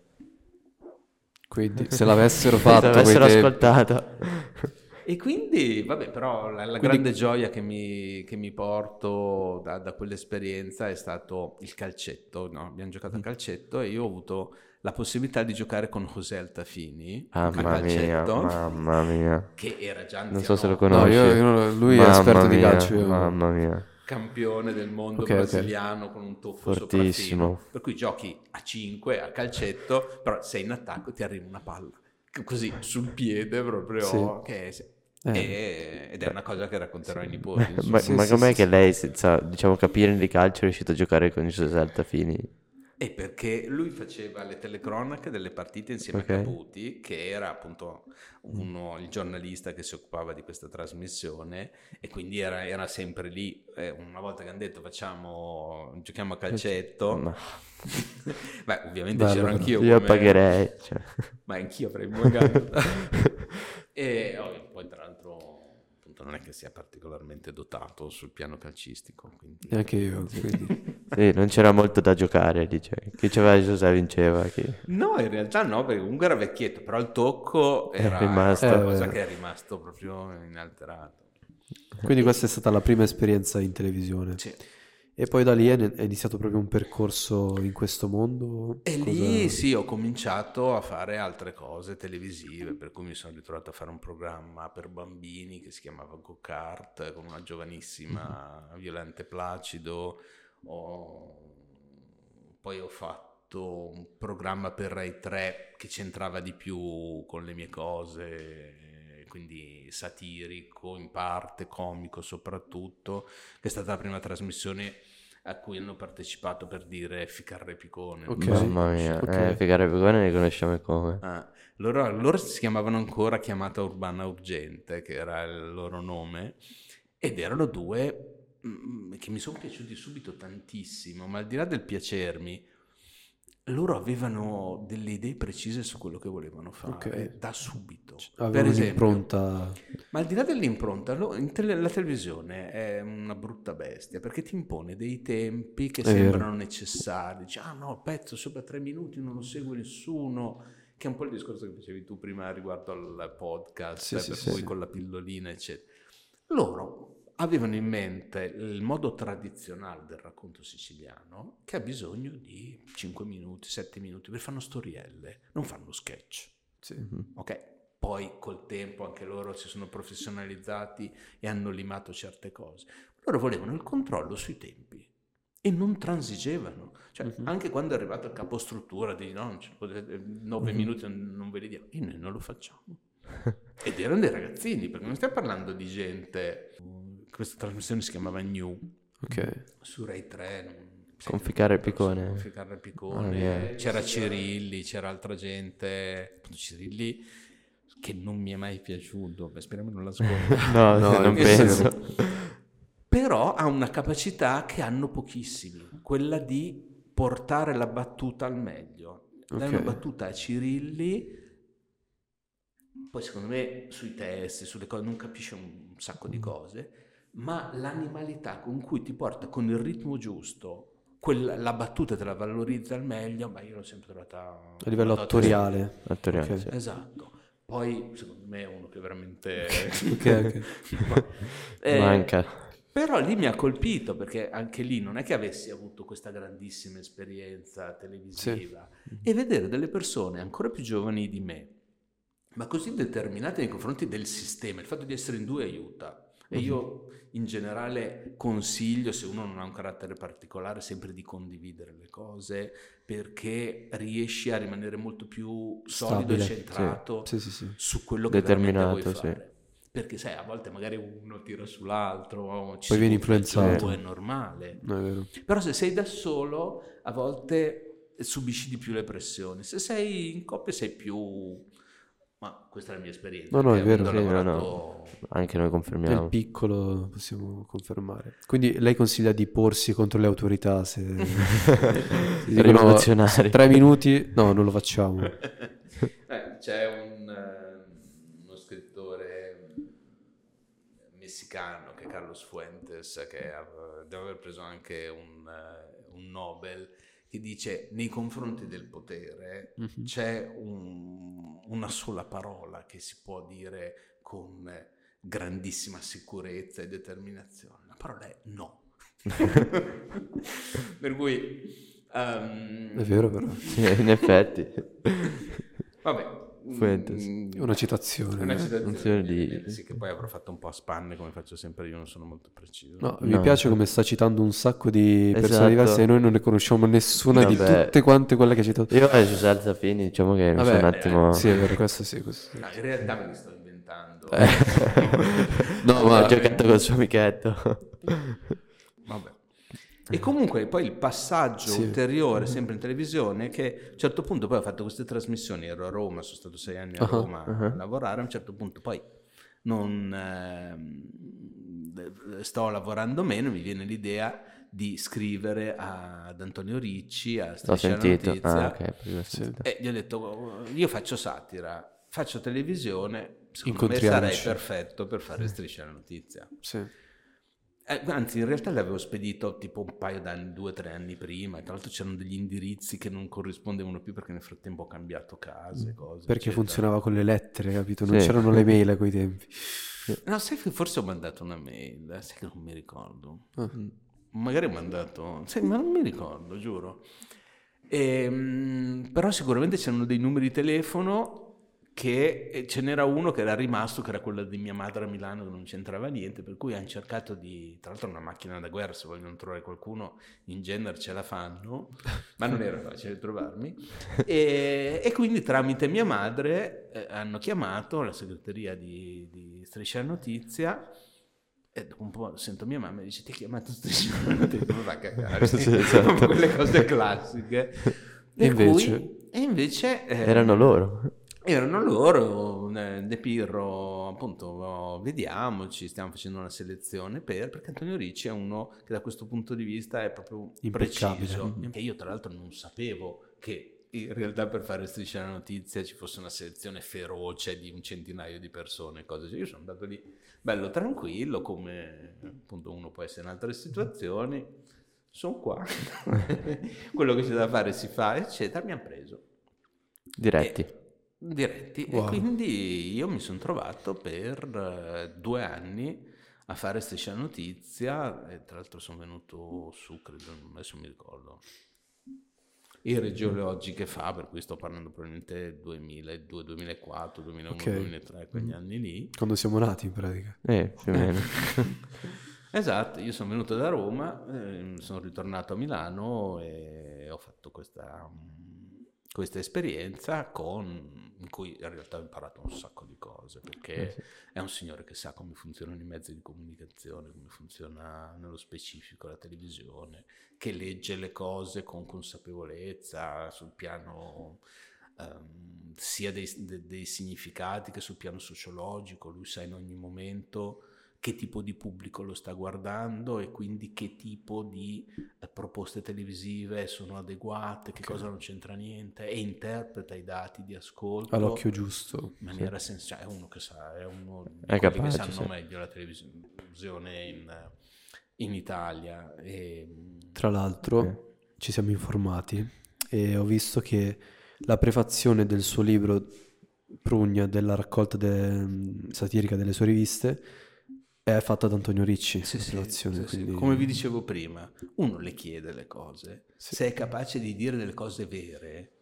Quindi se l'avessero Se fatto l'avessero quei tempi- ascoltata. E quindi, vabbè, però la, la Quindi- grande gioia che mi, che mi porto da, da quell'esperienza è stato il calcetto, no? Abbiamo giocato a calcetto e io ho avuto la possibilità di giocare con José Altafini a Mamma mia, calcetto, mamma mia. che era già Non so se lo anzianotto, No, conosci. io- io- lui è Mamma esperto di mia, calcio, io- Mamma mia. campione del mondo Ok, ok. brasiliano con un tocco Fortissimo. sopraffino, per cui giochi a cinque a calcetto, però sei in attacco e ti arriva una palla così sul piede proprio, Sì. che è- Eh. e- ed è una cosa che racconterò ai nipoti, insomma. Ma, Sì, ma sì, com'è sì, che sì. lei, senza diciamo capire di calcio, è riuscito a giocare con i suoi Altafini? E perché lui faceva le telecronache delle partite insieme Ok. a Caputi, che era appunto uno, il giornalista che si occupava di questa trasmissione, e quindi era, era sempre lì. Eh, una volta che hanno detto facciamo, giochiamo a calcetto, Ma beh, ovviamente Bello, c'ero però. anch'io, io come- pagherei. Cioè. ma anch'io avrei pagato. E oh, poi tra l'altro appunto non è che sia particolarmente dotato sul piano calcistico, quindi... Neanche io, quindi. Sì, non c'era molto da giocare, dice. Chi c'aveva Giuseppe vinceva. Chi... No, in realtà no, perché comunque era vecchietto, però il tocco È era rimasto. una Eh, cosa beh. che è rimasto proprio inalterato. Quindi questa è stata la prima esperienza in televisione. Sì. E poi da lì è, è iniziato proprio un percorso in questo mondo? E Cosa- lì sì, ho cominciato a fare altre cose televisive, per cui mi sono ritrovato a fare un programma per bambini che si chiamava Go-Kart con una giovanissima Violente Placido. Ho- Poi ho fatto un programma per Rai tre che c'entrava di più con le mie cose, quindi satirico in parte, comico soprattutto, che è stata la prima trasmissione a cui hanno partecipato, per dire, Ficarra e Picone. non Ok. so se Mamma mia, conosci. eh, Figaro e Picone ne conosciamo e come. Ah, loro, loro si chiamavano ancora Chiamata Urbana Urgente, che era il loro nome, ed erano due mm, che mi sono piaciuti subito tantissimo, ma al di là del piacermi, loro avevano delle idee precise su quello che volevano fare Ok. da subito. Avevano Per esempio, un'impronta... ma al di là dell'impronta, lo- in tele- la televisione è una brutta bestia perché ti impone dei tempi che È sembrano vero. necessari. Dici, ah no, il pezzo sopra tre minuti non lo segue nessuno, che è un po' il discorso che facevi tu prima riguardo al podcast, Sì, eh, sì, per sì, cui sì. con la pillolina, eccetera. Loro avevano in mente il modo tradizionale del racconto siciliano, che ha bisogno di cinque minuti, sette minuti, perché fanno storielle, non fanno sketch. Sì. Ok, poi col tempo anche loro si sono professionalizzati e hanno limato certe cose. Loro volevano il controllo sui tempi e non transigevano. Cioè, Mhm. anche quando è arrivato il capostruttura di no, non ci potete- nove Mhm. minuti non ve li diamo, e noi non lo facciamo. Ed erano dei ragazzini, perché non stiamo parlando di gente. Questa trasmissione si chiamava New Ok. su Rai tre. non- Con sì, Ficarra e non so, Picone. con Ficarra e Ah, Picone. yeah. C'era Cirilli, c'era altra gente. Cirilli che non mi è mai piaciuto, beh, speriamo non l'ascolti. No, No, non che penso. Però ha una capacità che hanno pochissimi, quella di portare la battuta al meglio. Dai Ok. una battuta a Cirilli, poi secondo me sui testi, sulle cose, non capisce un sacco di cose, ma l'animalità con cui ti porta con il ritmo giusto, quella- la battuta te la valorizza al meglio, ma io l'ho sempre trovata A livello una dote attoriale. Attoriale, Ok. sì. Esatto. Poi, secondo me, è uno che veramente... Ok, Ma- eh, Manca. Però lì mi ha colpito, perché anche lì non è che avessi avuto questa grandissima esperienza televisiva. E vedere delle persone ancora più giovani di me, ma così determinate nei confronti del sistema, il fatto di essere in due aiuta. E io in generale consiglio, se uno non ha un carattere particolare, sempre di condividere le cose, perché riesci a rimanere molto più solido Stabile, e centrato Sì, sì, sì. su quello che veramente vuoi Determinato, sì. fare. Perché sai, a volte magari uno tira sull'altro, o ci Poi si vieni butta influenzato. giù, è normale. No, è vero. Però se sei da solo, a volte subisci di più le pressioni. Se sei in coppia sei più... Ma questa è la mia esperienza. No, no, è perché vero. avendo Sì, no, lavorato- Anche noi Nel confermiamo. piccolo possiamo confermare. Quindi lei consiglia di porsi contro le autorità se, se dicono Rivoluzionari. tre minuti, no, non lo facciamo. Eh, c'è un, eh, uno scrittore messicano che è Carlos Fuentes, che ha- deve aver preso anche un, eh, un Nobel, che dice nei confronti del potere Mhm. c'è un- una sola parola che si può dire con grandissima sicurezza e determinazione. La parola è no. Per cui... ehm, È vero, però. Sì, in effetti. Vabbè. Fuentes. mm, È una citazione. una eh. citazione Citazione di- di- sì, che poi avrò fatto un po' a spanne come faccio sempre io, non sono molto preciso. No, No, mi piace sì. come sta citando un sacco di persone Esatto. diverse e noi non ne conosciamo nessuna di Vabbè. tutte quante quelle che ha citato. Io ho Giuseppe Alzafini, diciamo che mi Vabbè, sono un attimo... Sì, è vero, questo sì. Questo sì. No, in realtà me li sto inventando. Eh. No, ma ha giocato col suo amichetto. Vabbè. E comunque poi il passaggio Sì. ulteriore, sempre in televisione, che a un certo punto poi ho fatto queste trasmissioni, ero a Roma, sono stato sei anni a Ah, Roma ah. a lavorare, a un certo punto poi non ehm, sto lavorando meno, mi viene l'idea di scrivere a- ad Antonio Ricci, a L'ho Striscia la sentito. Notizia, Ah, ok, prima l'ho sentito. e gli ho detto, io faccio satira, faccio televisione, secondo me Incontriamoci. sarei perfetto per fare Striscia la Notizia. Sì. Eh, anzi, in realtà l'avevo spedito tipo un paio d'anni, due o tre anni prima, e tra l'altro c'erano degli indirizzi che non corrispondevano più perché nel frattempo ho cambiato case, cose, Perché eccetera. funzionava con le lettere, capito? Non Sì. c'erano le mail a quei tempi. No, sai che forse ho mandato una mail, sai che non mi ricordo. Ah. magari ho mandato, sì, ma non mi ricordo, giuro. Ehm, però sicuramente c'erano dei numeri di telefono che e ce n'era uno che era rimasto, che era quello di mia madre a Milano, che non c'entrava niente, per cui hanno cercato di, tra l'altro una macchina da guerra, se vogliono trovare qualcuno in genere ce la fanno, ma non era facile trovarmi, e, e quindi tramite mia madre eh, hanno chiamato la segreteria di, di Striscia la Notizia. E dopo un po' sento mia mamma e dice: ti ha chiamato Striscia la Notizia? Come va a cagare? Sì, esatto. Quelle cose classiche. E invece? Cui, e invece eh, Erano loro. erano loro, eh, De Pirro, appunto, oh, vediamoci, stiamo facendo una selezione per, perché Antonio Ricci è uno che da questo punto di vista è proprio Impeccabile. preciso. E io tra l'altro non sapevo che in realtà per fare Striscia la Notizia ci fosse una selezione feroce di un centinaio di persone, cose. Io sono andato lì bello tranquillo, come appunto uno può essere in altre situazioni, sono qua, quello che c'è da fare si fa, eccetera, mi hanno preso. Diretti. E- diretti. Wow. E quindi io mi sono trovato per eh, due anni a fare Striscia la Notizia, e tra l'altro sono venuto su, credo, adesso mi ricordo, i reggeologi fa, per cui sto parlando probabilmente duemiladue, duemilaquattro, duemilauno, Ok. duemilatré, quegli anni lì. Quando siamo nati in pratica. Eh, più o meno. Esatto, io sono venuto da Roma, eh, sono ritornato a Milano e ho fatto questa, mm, questa esperienza con, in cui in realtà ho imparato un sacco di cose, perché Eh sì. è un signore che sa come funzionano i mezzi di comunicazione, come funziona nello specifico la televisione, che legge le cose con consapevolezza sul piano ehm, sia dei, de- dei significati che sul piano sociologico. Lui sa in ogni momento che tipo di pubblico lo sta guardando e quindi che tipo di eh, proposte televisive sono adeguate, che cosa non c'entra niente, e interpreta i dati di ascolto All'occhio giusto. in maniera sensata. È uno che sa, è uno di È quelli capace, che sanno sì. meglio la televisione in, in Italia. E, Tra l'altro ci siamo informati e ho visto che la prefazione del suo libro Prugna, della raccolta de- satirica delle sue riviste, è fatta da Antonio Ricci. Sì, la sì, prefazione, sì, sì. quindi- Come vi dicevo prima, uno le chiede le cose, Sì. se è capace di dire delle cose vere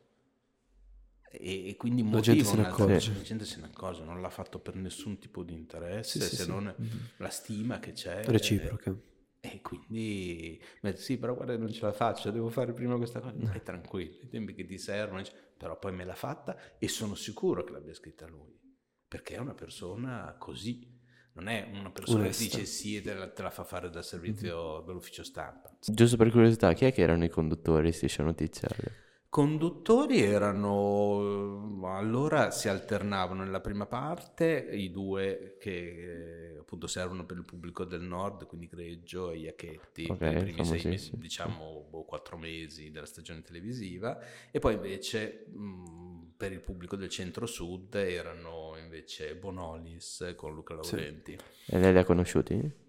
e, e quindi La gente motiva se ne un'altra accorge. la gente se ne accorge, non l'ha fatto per nessun tipo di interesse, Sì, sì, se sì. non la stima che c'è. Reciproca. E quindi, beh, sì, però guarda, non ce la faccio, devo fare prima questa cosa. Stai tranquillo, i tempi che ti servono, però poi me l'ha fatta e sono sicuro che l'abbia scritta lui, perché è una persona così. Non è una persona Onesta. che dice sì e te la, te la fa fare dal servizio dell'ufficio stampa. Giusto per curiosità, chi è che erano i conduttori di Striscia la Notizia? Conduttori erano, allora si alternavano nella prima parte i due che eh, appunto servono per il pubblico del nord, quindi Greggio e Iacchetti, Ok, per i primi sei mesi, famosissimi. diciamo boh, quattro mesi della stagione televisiva, e poi invece mh, per il pubblico del centro-sud erano invece Bonolis con Luca Laurenti. E lei li ha conosciuti?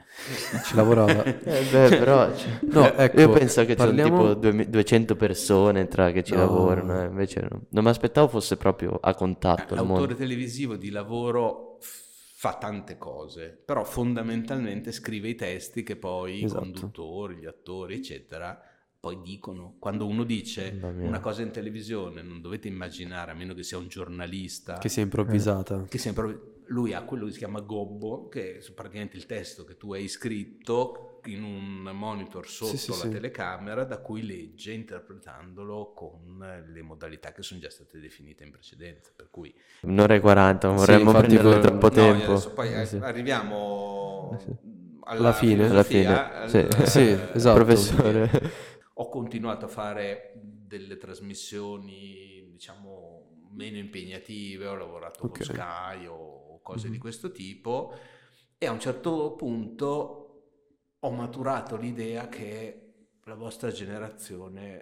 Ci lavorava. Eh beh, però... cioè, No, io- ecco, io penso che parliamo- sono tipo due- duecento persone tra che ci No. lavorano, eh, invece no. Non mi aspettavo fosse proprio a contatto il L'autore mondo. televisivo di lavoro f- fa tante cose, però fondamentalmente scrive i testi che poi Esatto. i conduttori, gli attori, eccetera, poi dicono. Quando uno dice Mamma mia. una cosa in televisione, non dovete immaginare, a meno che sia un giornalista, Che sia improvvisata. che sempre lui ha quello che si chiama gobbo, che è praticamente il testo che tu hai scritto in un monitor sotto Sì, sì, la sì. telecamera, da cui legge interpretandolo con le modalità che sono già state definite in precedenza, per cui Un'ora e quaranta, non Sì, vorremmo infatti prenderle quello- troppo no, tempo. adesso poi Eh sì. arriviamo sì. alla, Alla fine. Alla filosofia, fine, al- sì. Sì, esatto. Professore. Ho continuato a fare delle trasmissioni, diciamo, meno impegnative, ho lavorato Ok. con Sky o cose Mhm. di questo tipo, e a un certo punto ho maturato l'idea che la vostra generazione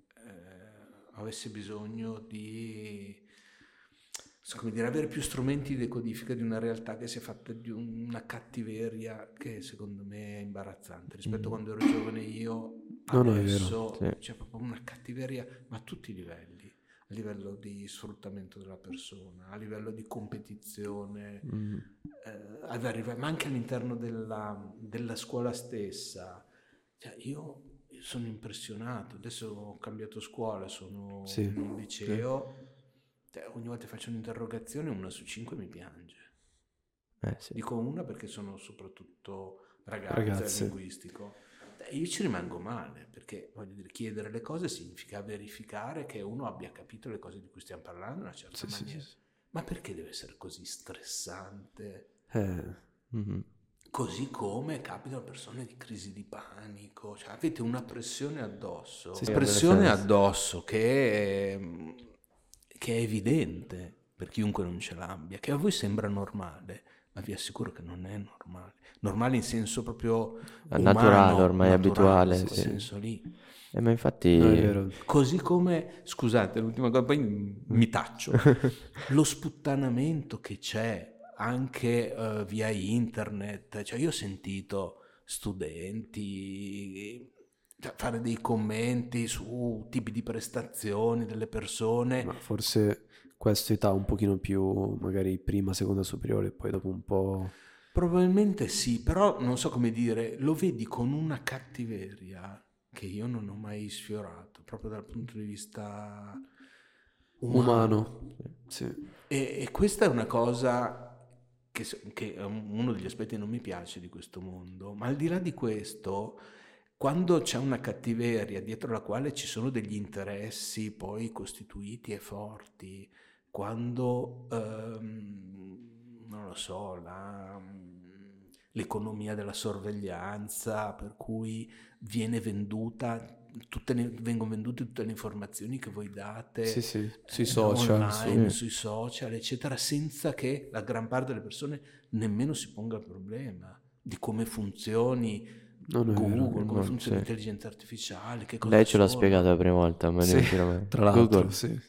eh, avesse bisogno di, so come dire, avere più strumenti di decodifica di una realtà che si è fatta di una cattiveria che secondo me è imbarazzante. Rispetto a Mm. quando ero giovane io, No, no, è adesso vero, sì. c'è proprio una cattiveria, ma a tutti i livelli, a livello di sfruttamento della persona, a livello di competizione, Mm. eh, ad arrivare- ma anche all'interno della, della scuola stessa. Cioè, io sono impressionato, adesso ho cambiato scuola, sono Sì. in un liceo, cioè, ogni volta che faccio un'interrogazione una su cinque mi piange. Eh, sì. Dico una perché sono soprattutto ragazze, Ragazze. linguistico. Eh, Io ci rimango male, perché voglio dire, chiedere le cose significa verificare che uno abbia capito le cose di cui stiamo parlando in una certa Sì, sì, maniera. sì, sì. Ma perché deve essere così stressante? Eh, Mhm. Così come capitano persone di crisi di panico, cioè avete una pressione addosso, Sì, una sì, pressione avvertenza. addosso che è, che è evidente per chiunque non ce l'abbia, che a voi sembra normale, ma vi assicuro che non è normale. Normale in senso proprio È umano, naturale, ormai naturale, abituale, in quel sì. senso lì. Eh, ma no, è infatti... vero. Così come, scusate, l'ultima cosa, poi mi taccio, lo sputtanamento che c'è anche eh, via internet, cioè io ho sentito studenti cioè, fare dei commenti su tipi di prestazioni delle persone. Ma forse questa età un pochino più, magari prima, seconda superiore, poi dopo un po'... Probabilmente sì, però non so come dire, lo vedi con una cattiveria che io non ho mai sfiorato, proprio dal punto di vista umano. umano. Sì. E, e questa è una cosa che, se- che è un- uno degli aspetti che non mi piace di questo mondo, ma al di là di questo, quando c'è una cattiveria dietro la quale ci sono degli interessi poi costituiti e forti, quando, ehm, non lo so, la- l'economia della sorveglianza, per cui viene venduta, tutte le- vengono vendute tutte le informazioni che voi date Sì, sì, sui eh, social, online, su- sui social, eccetera, senza che la gran parte delle persone nemmeno si ponga il problema di come funzioni non è vero. Google, come No, funziona sì. l'intelligenza artificiale, che cosa Lei ce l'ha sono. spiegata la prima volta, ma Sì, non tiro mai. tra l'altro, Google. sì.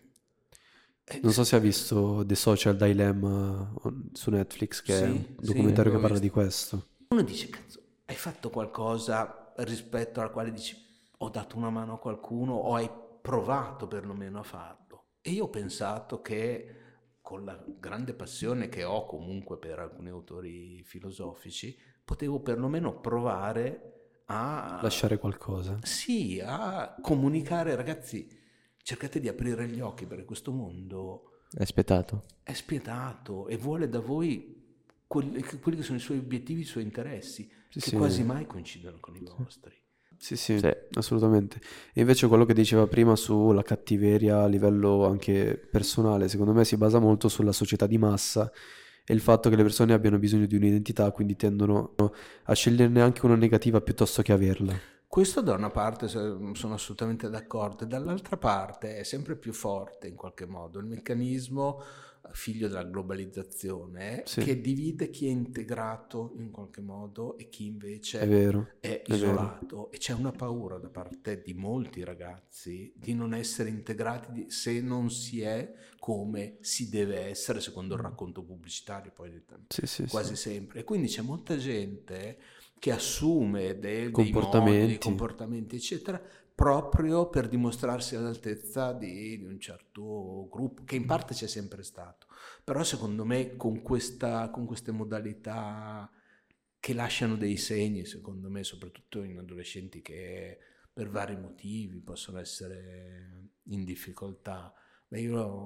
Eh, Non so se ha visto The Social Dilemma on- su Netflix, che è un sì, sì, documentario l'ho che parla visto. di questo. Uno dice, cazzo, hai fatto qualcosa rispetto al quale dici, ho dato una mano a qualcuno o hai provato perlomeno a farlo. E io ho pensato che con la grande passione che ho comunque per alcuni autori filosofici, potevo perlomeno provare a... Lasciare qualcosa. Sì, a comunicare, ragazzi, cercate di aprire gli occhi perché questo mondo È spietato. è spietato e vuole da voi quelli, quelli che sono i suoi obiettivi, i suoi interessi, Sì, che sì. quasi mai coincidono con i vostri. Sì, sì, Sì. assolutamente. E invece quello che diceva prima sulla cattiveria a livello anche personale, secondo me si basa molto sulla società di massa e il fatto che le persone abbiano bisogno di un'identità, quindi tendono a sceglierne anche una negativa piuttosto che averla. Questo da una parte se- sono assolutamente d'accordo, e dall'altra parte è sempre più forte in qualche modo il meccanismo eh, figlio della globalizzazione Sì. che divide chi è integrato in qualche modo e chi invece È vero, è è vero. isolato e c'è una paura da parte di molti ragazzi di non essere integrati di- se non si è come si deve essere secondo il racconto pubblicitario poi Sì, sì, quasi sì. sempre e quindi c'è molta gente che assume de- dei modi, dei Comportamenti. comportamenti eccetera proprio per dimostrarsi all'altezza di, di un certo gruppo che in parte c'è sempre stato però secondo me con, questa, con queste modalità che lasciano dei segni, secondo me, soprattutto in adolescenti che per vari motivi possono essere in difficoltà. Beh,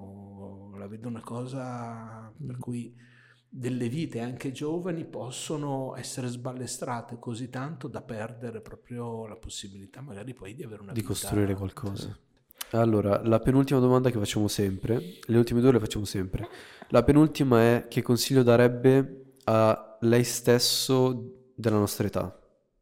io la vedo una cosa per cui delle vite anche giovani possono essere sballestrate così tanto da perdere proprio la possibilità magari poi di avere una Di vita costruire qualcosa. Allora, la penultima domanda che facciamo sempre, le ultime due le facciamo sempre. La penultima è: che consiglio darebbe a lei stesso della nostra età?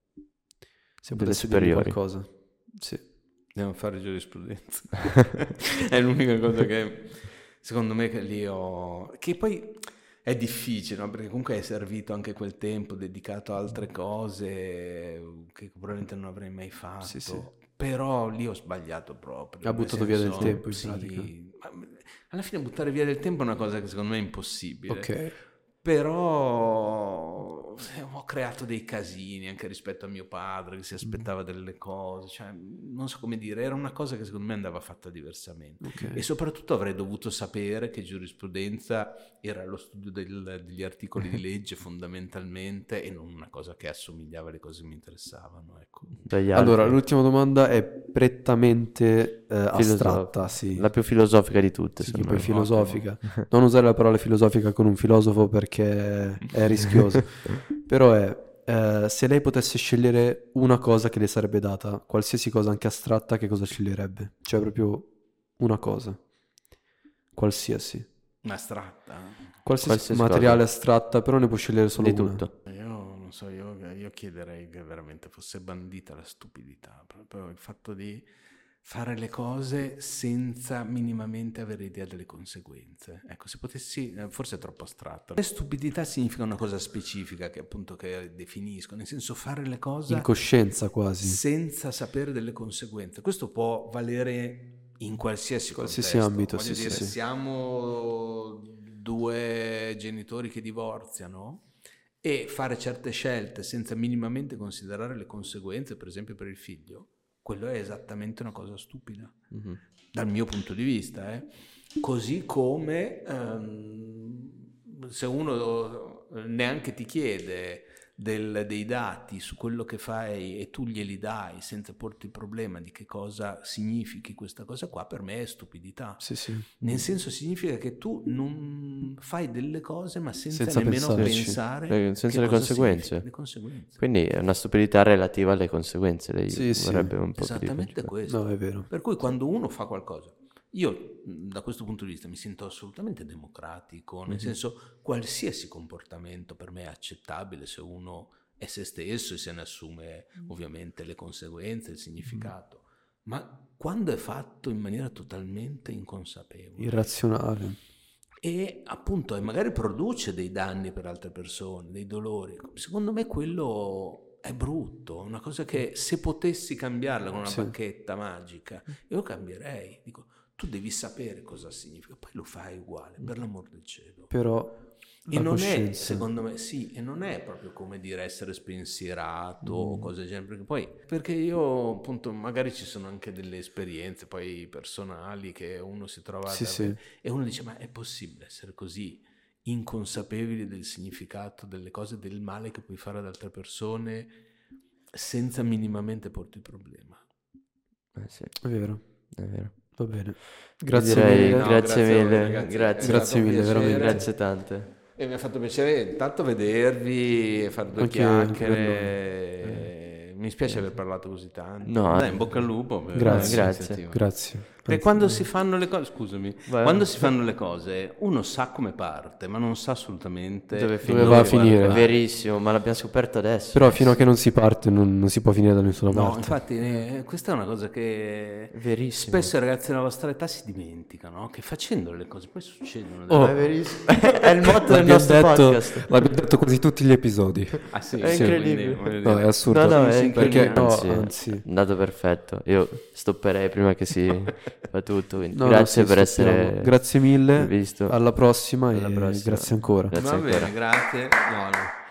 Se Delle potesse dirmi superiori. qualcosa. Sì. Devo fare giurisprudenza. È l'unica cosa che secondo me che lì ho... Che poi è difficile, no? Perché comunque è servito anche quel tempo dedicato a altre cose che probabilmente non avrei mai fatto. Sì, sì. Però lì ho sbagliato proprio. Ha nel buttato via del senso, tempo, in sì, pratica. ma alla fine buttare via del tempo è una cosa che secondo me è impossibile. Ok. però eh, ho creato dei casini anche rispetto a mio padre che si aspettava delle cose, cioè non so come dire, era una cosa che secondo me andava fatta diversamente. Ok. E soprattutto avrei dovuto sapere che giurisprudenza era lo studio del- degli articoli di legge fondamentalmente e non una cosa che assomigliava alle cose che mi interessavano, ecco. Dagli Allora, altri. l'ultima domanda è prettamente eh, astratta, sì. La più filosofica di tutte, Sì, secondo poi me. filosofica. Non usare la parola filosofica con un filosofo perché è rischioso. Però è, eh, se lei potesse scegliere una cosa che le sarebbe data, qualsiasi cosa anche astratta, che cosa sceglierebbe? Cioè proprio una cosa. Qualsiasi. Astratta. Qualsiasi, Qualsiasi materiale cosa. astratta, però ne può scegliere solo Di una. tutto. Io non so, io, io chiederei che veramente fosse bandita la stupidità, proprio il fatto di fare le cose senza minimamente avere idea delle conseguenze. Ecco, se potessi, eh, forse è troppo astratto. La stupidità significa una cosa specifica che appunto che definisco, nel senso fare le cose In coscienza quasi. senza sapere delle conseguenze. Questo può valere in qualsiasi, Qualsiasi contesto. ambito, Voglio sì, dire, sì, sì. siamo due genitori che divorziano e fare certe scelte senza minimamente considerare le conseguenze, per esempio per il figlio, quello è esattamente una cosa stupida, Mhm. dal mio punto di vista. eh. Così come ehm, se uno neanche ti chiede del- dei dati su quello che fai e tu glieli dai senza porti il problema di che cosa significhi questa cosa qua, per me è stupidità. Sì, sì. Nel senso significa che tu non fai delle cose ma senza, Senza nemmeno pensarci. pensare Eh, senza che le cosa conseguenze. significa, le conseguenze. Quindi è una stupidità relativa alle conseguenze. Lei Sì, sì. vorrebbe un po' più di Esattamente conseguenze. questo. No, è vero. Per cui quando uno fa qualcosa, io mh, da questo punto di vista mi sento assolutamente democratico, nel senso qualsiasi comportamento per me è accettabile se uno è se stesso e se ne assume ovviamente le conseguenze, il significato, ma quando è fatto in maniera totalmente inconsapevole Irrazionale. e appunto e magari produce dei danni per altre persone, dei dolori, secondo me quello è brutto, una cosa che se potessi cambiarla con una Sì. bacchetta magica, io cambierei, dico tu devi sapere cosa significa, poi lo fai uguale, per l'amor del cielo. Però E la non è, coscienza. secondo me, sì, e non è proprio come dire essere spensierato Mm. o cose del genere, perché poi, perché io appunto, magari ci sono anche delle esperienze poi personali che uno si trova Sì, ad sì. avere, e uno dice, ma è possibile essere così inconsapevoli del significato delle cose, del male che puoi fare ad altre persone senza minimamente porti il problema? Eh sì, È vero. è vero. Va bene. Io Grazie direi mille. No, grazie grazie a voi, mille, ragazzi. grazie. È Grazie stato un mille, piacere. veramente. Grazie tante. E mi ha fatto piacere intanto vedervi, fare due Anche- anche chiacchiere. Mi spiace aver parlato così tanto. No, Dai, in bocca al lupo. per Grazie. l'iniziativa. Grazie. Perché quando si fanno le cose, scusami, Vai. quando si fanno le cose, uno sa come parte, ma non sa assolutamente Dove Dove va a finire. Verissimo, ma l'abbiamo scoperto adesso. Però fino a che non si parte non, non si può finire da nessuna No, parte. infatti, eh, questa è una cosa che Verissimo. spesso i ragazzi della vostra età si dimenticano, no? Che facendo le cose poi succedono. delle- Oh. Ma è verissimo. È il motto del L'abbiamo nostro detto, podcast. l'abbiamo detto quasi tutti gli episodi. Ah, sì, È sì, incredibile. quindi, voglio No, dire, è assurdo. No, no, è Sì, incredibile. perché- no, anzi, anzi. è andato perfetto. Io stopperei prima che si fa tutto. quindi No, no, grazie sì, per stoppiamo. essere Grazie mille. visto. Alla prossima Alla e prossima. grazie ancora. Grazie Va ancora. bene, grazie. No, no.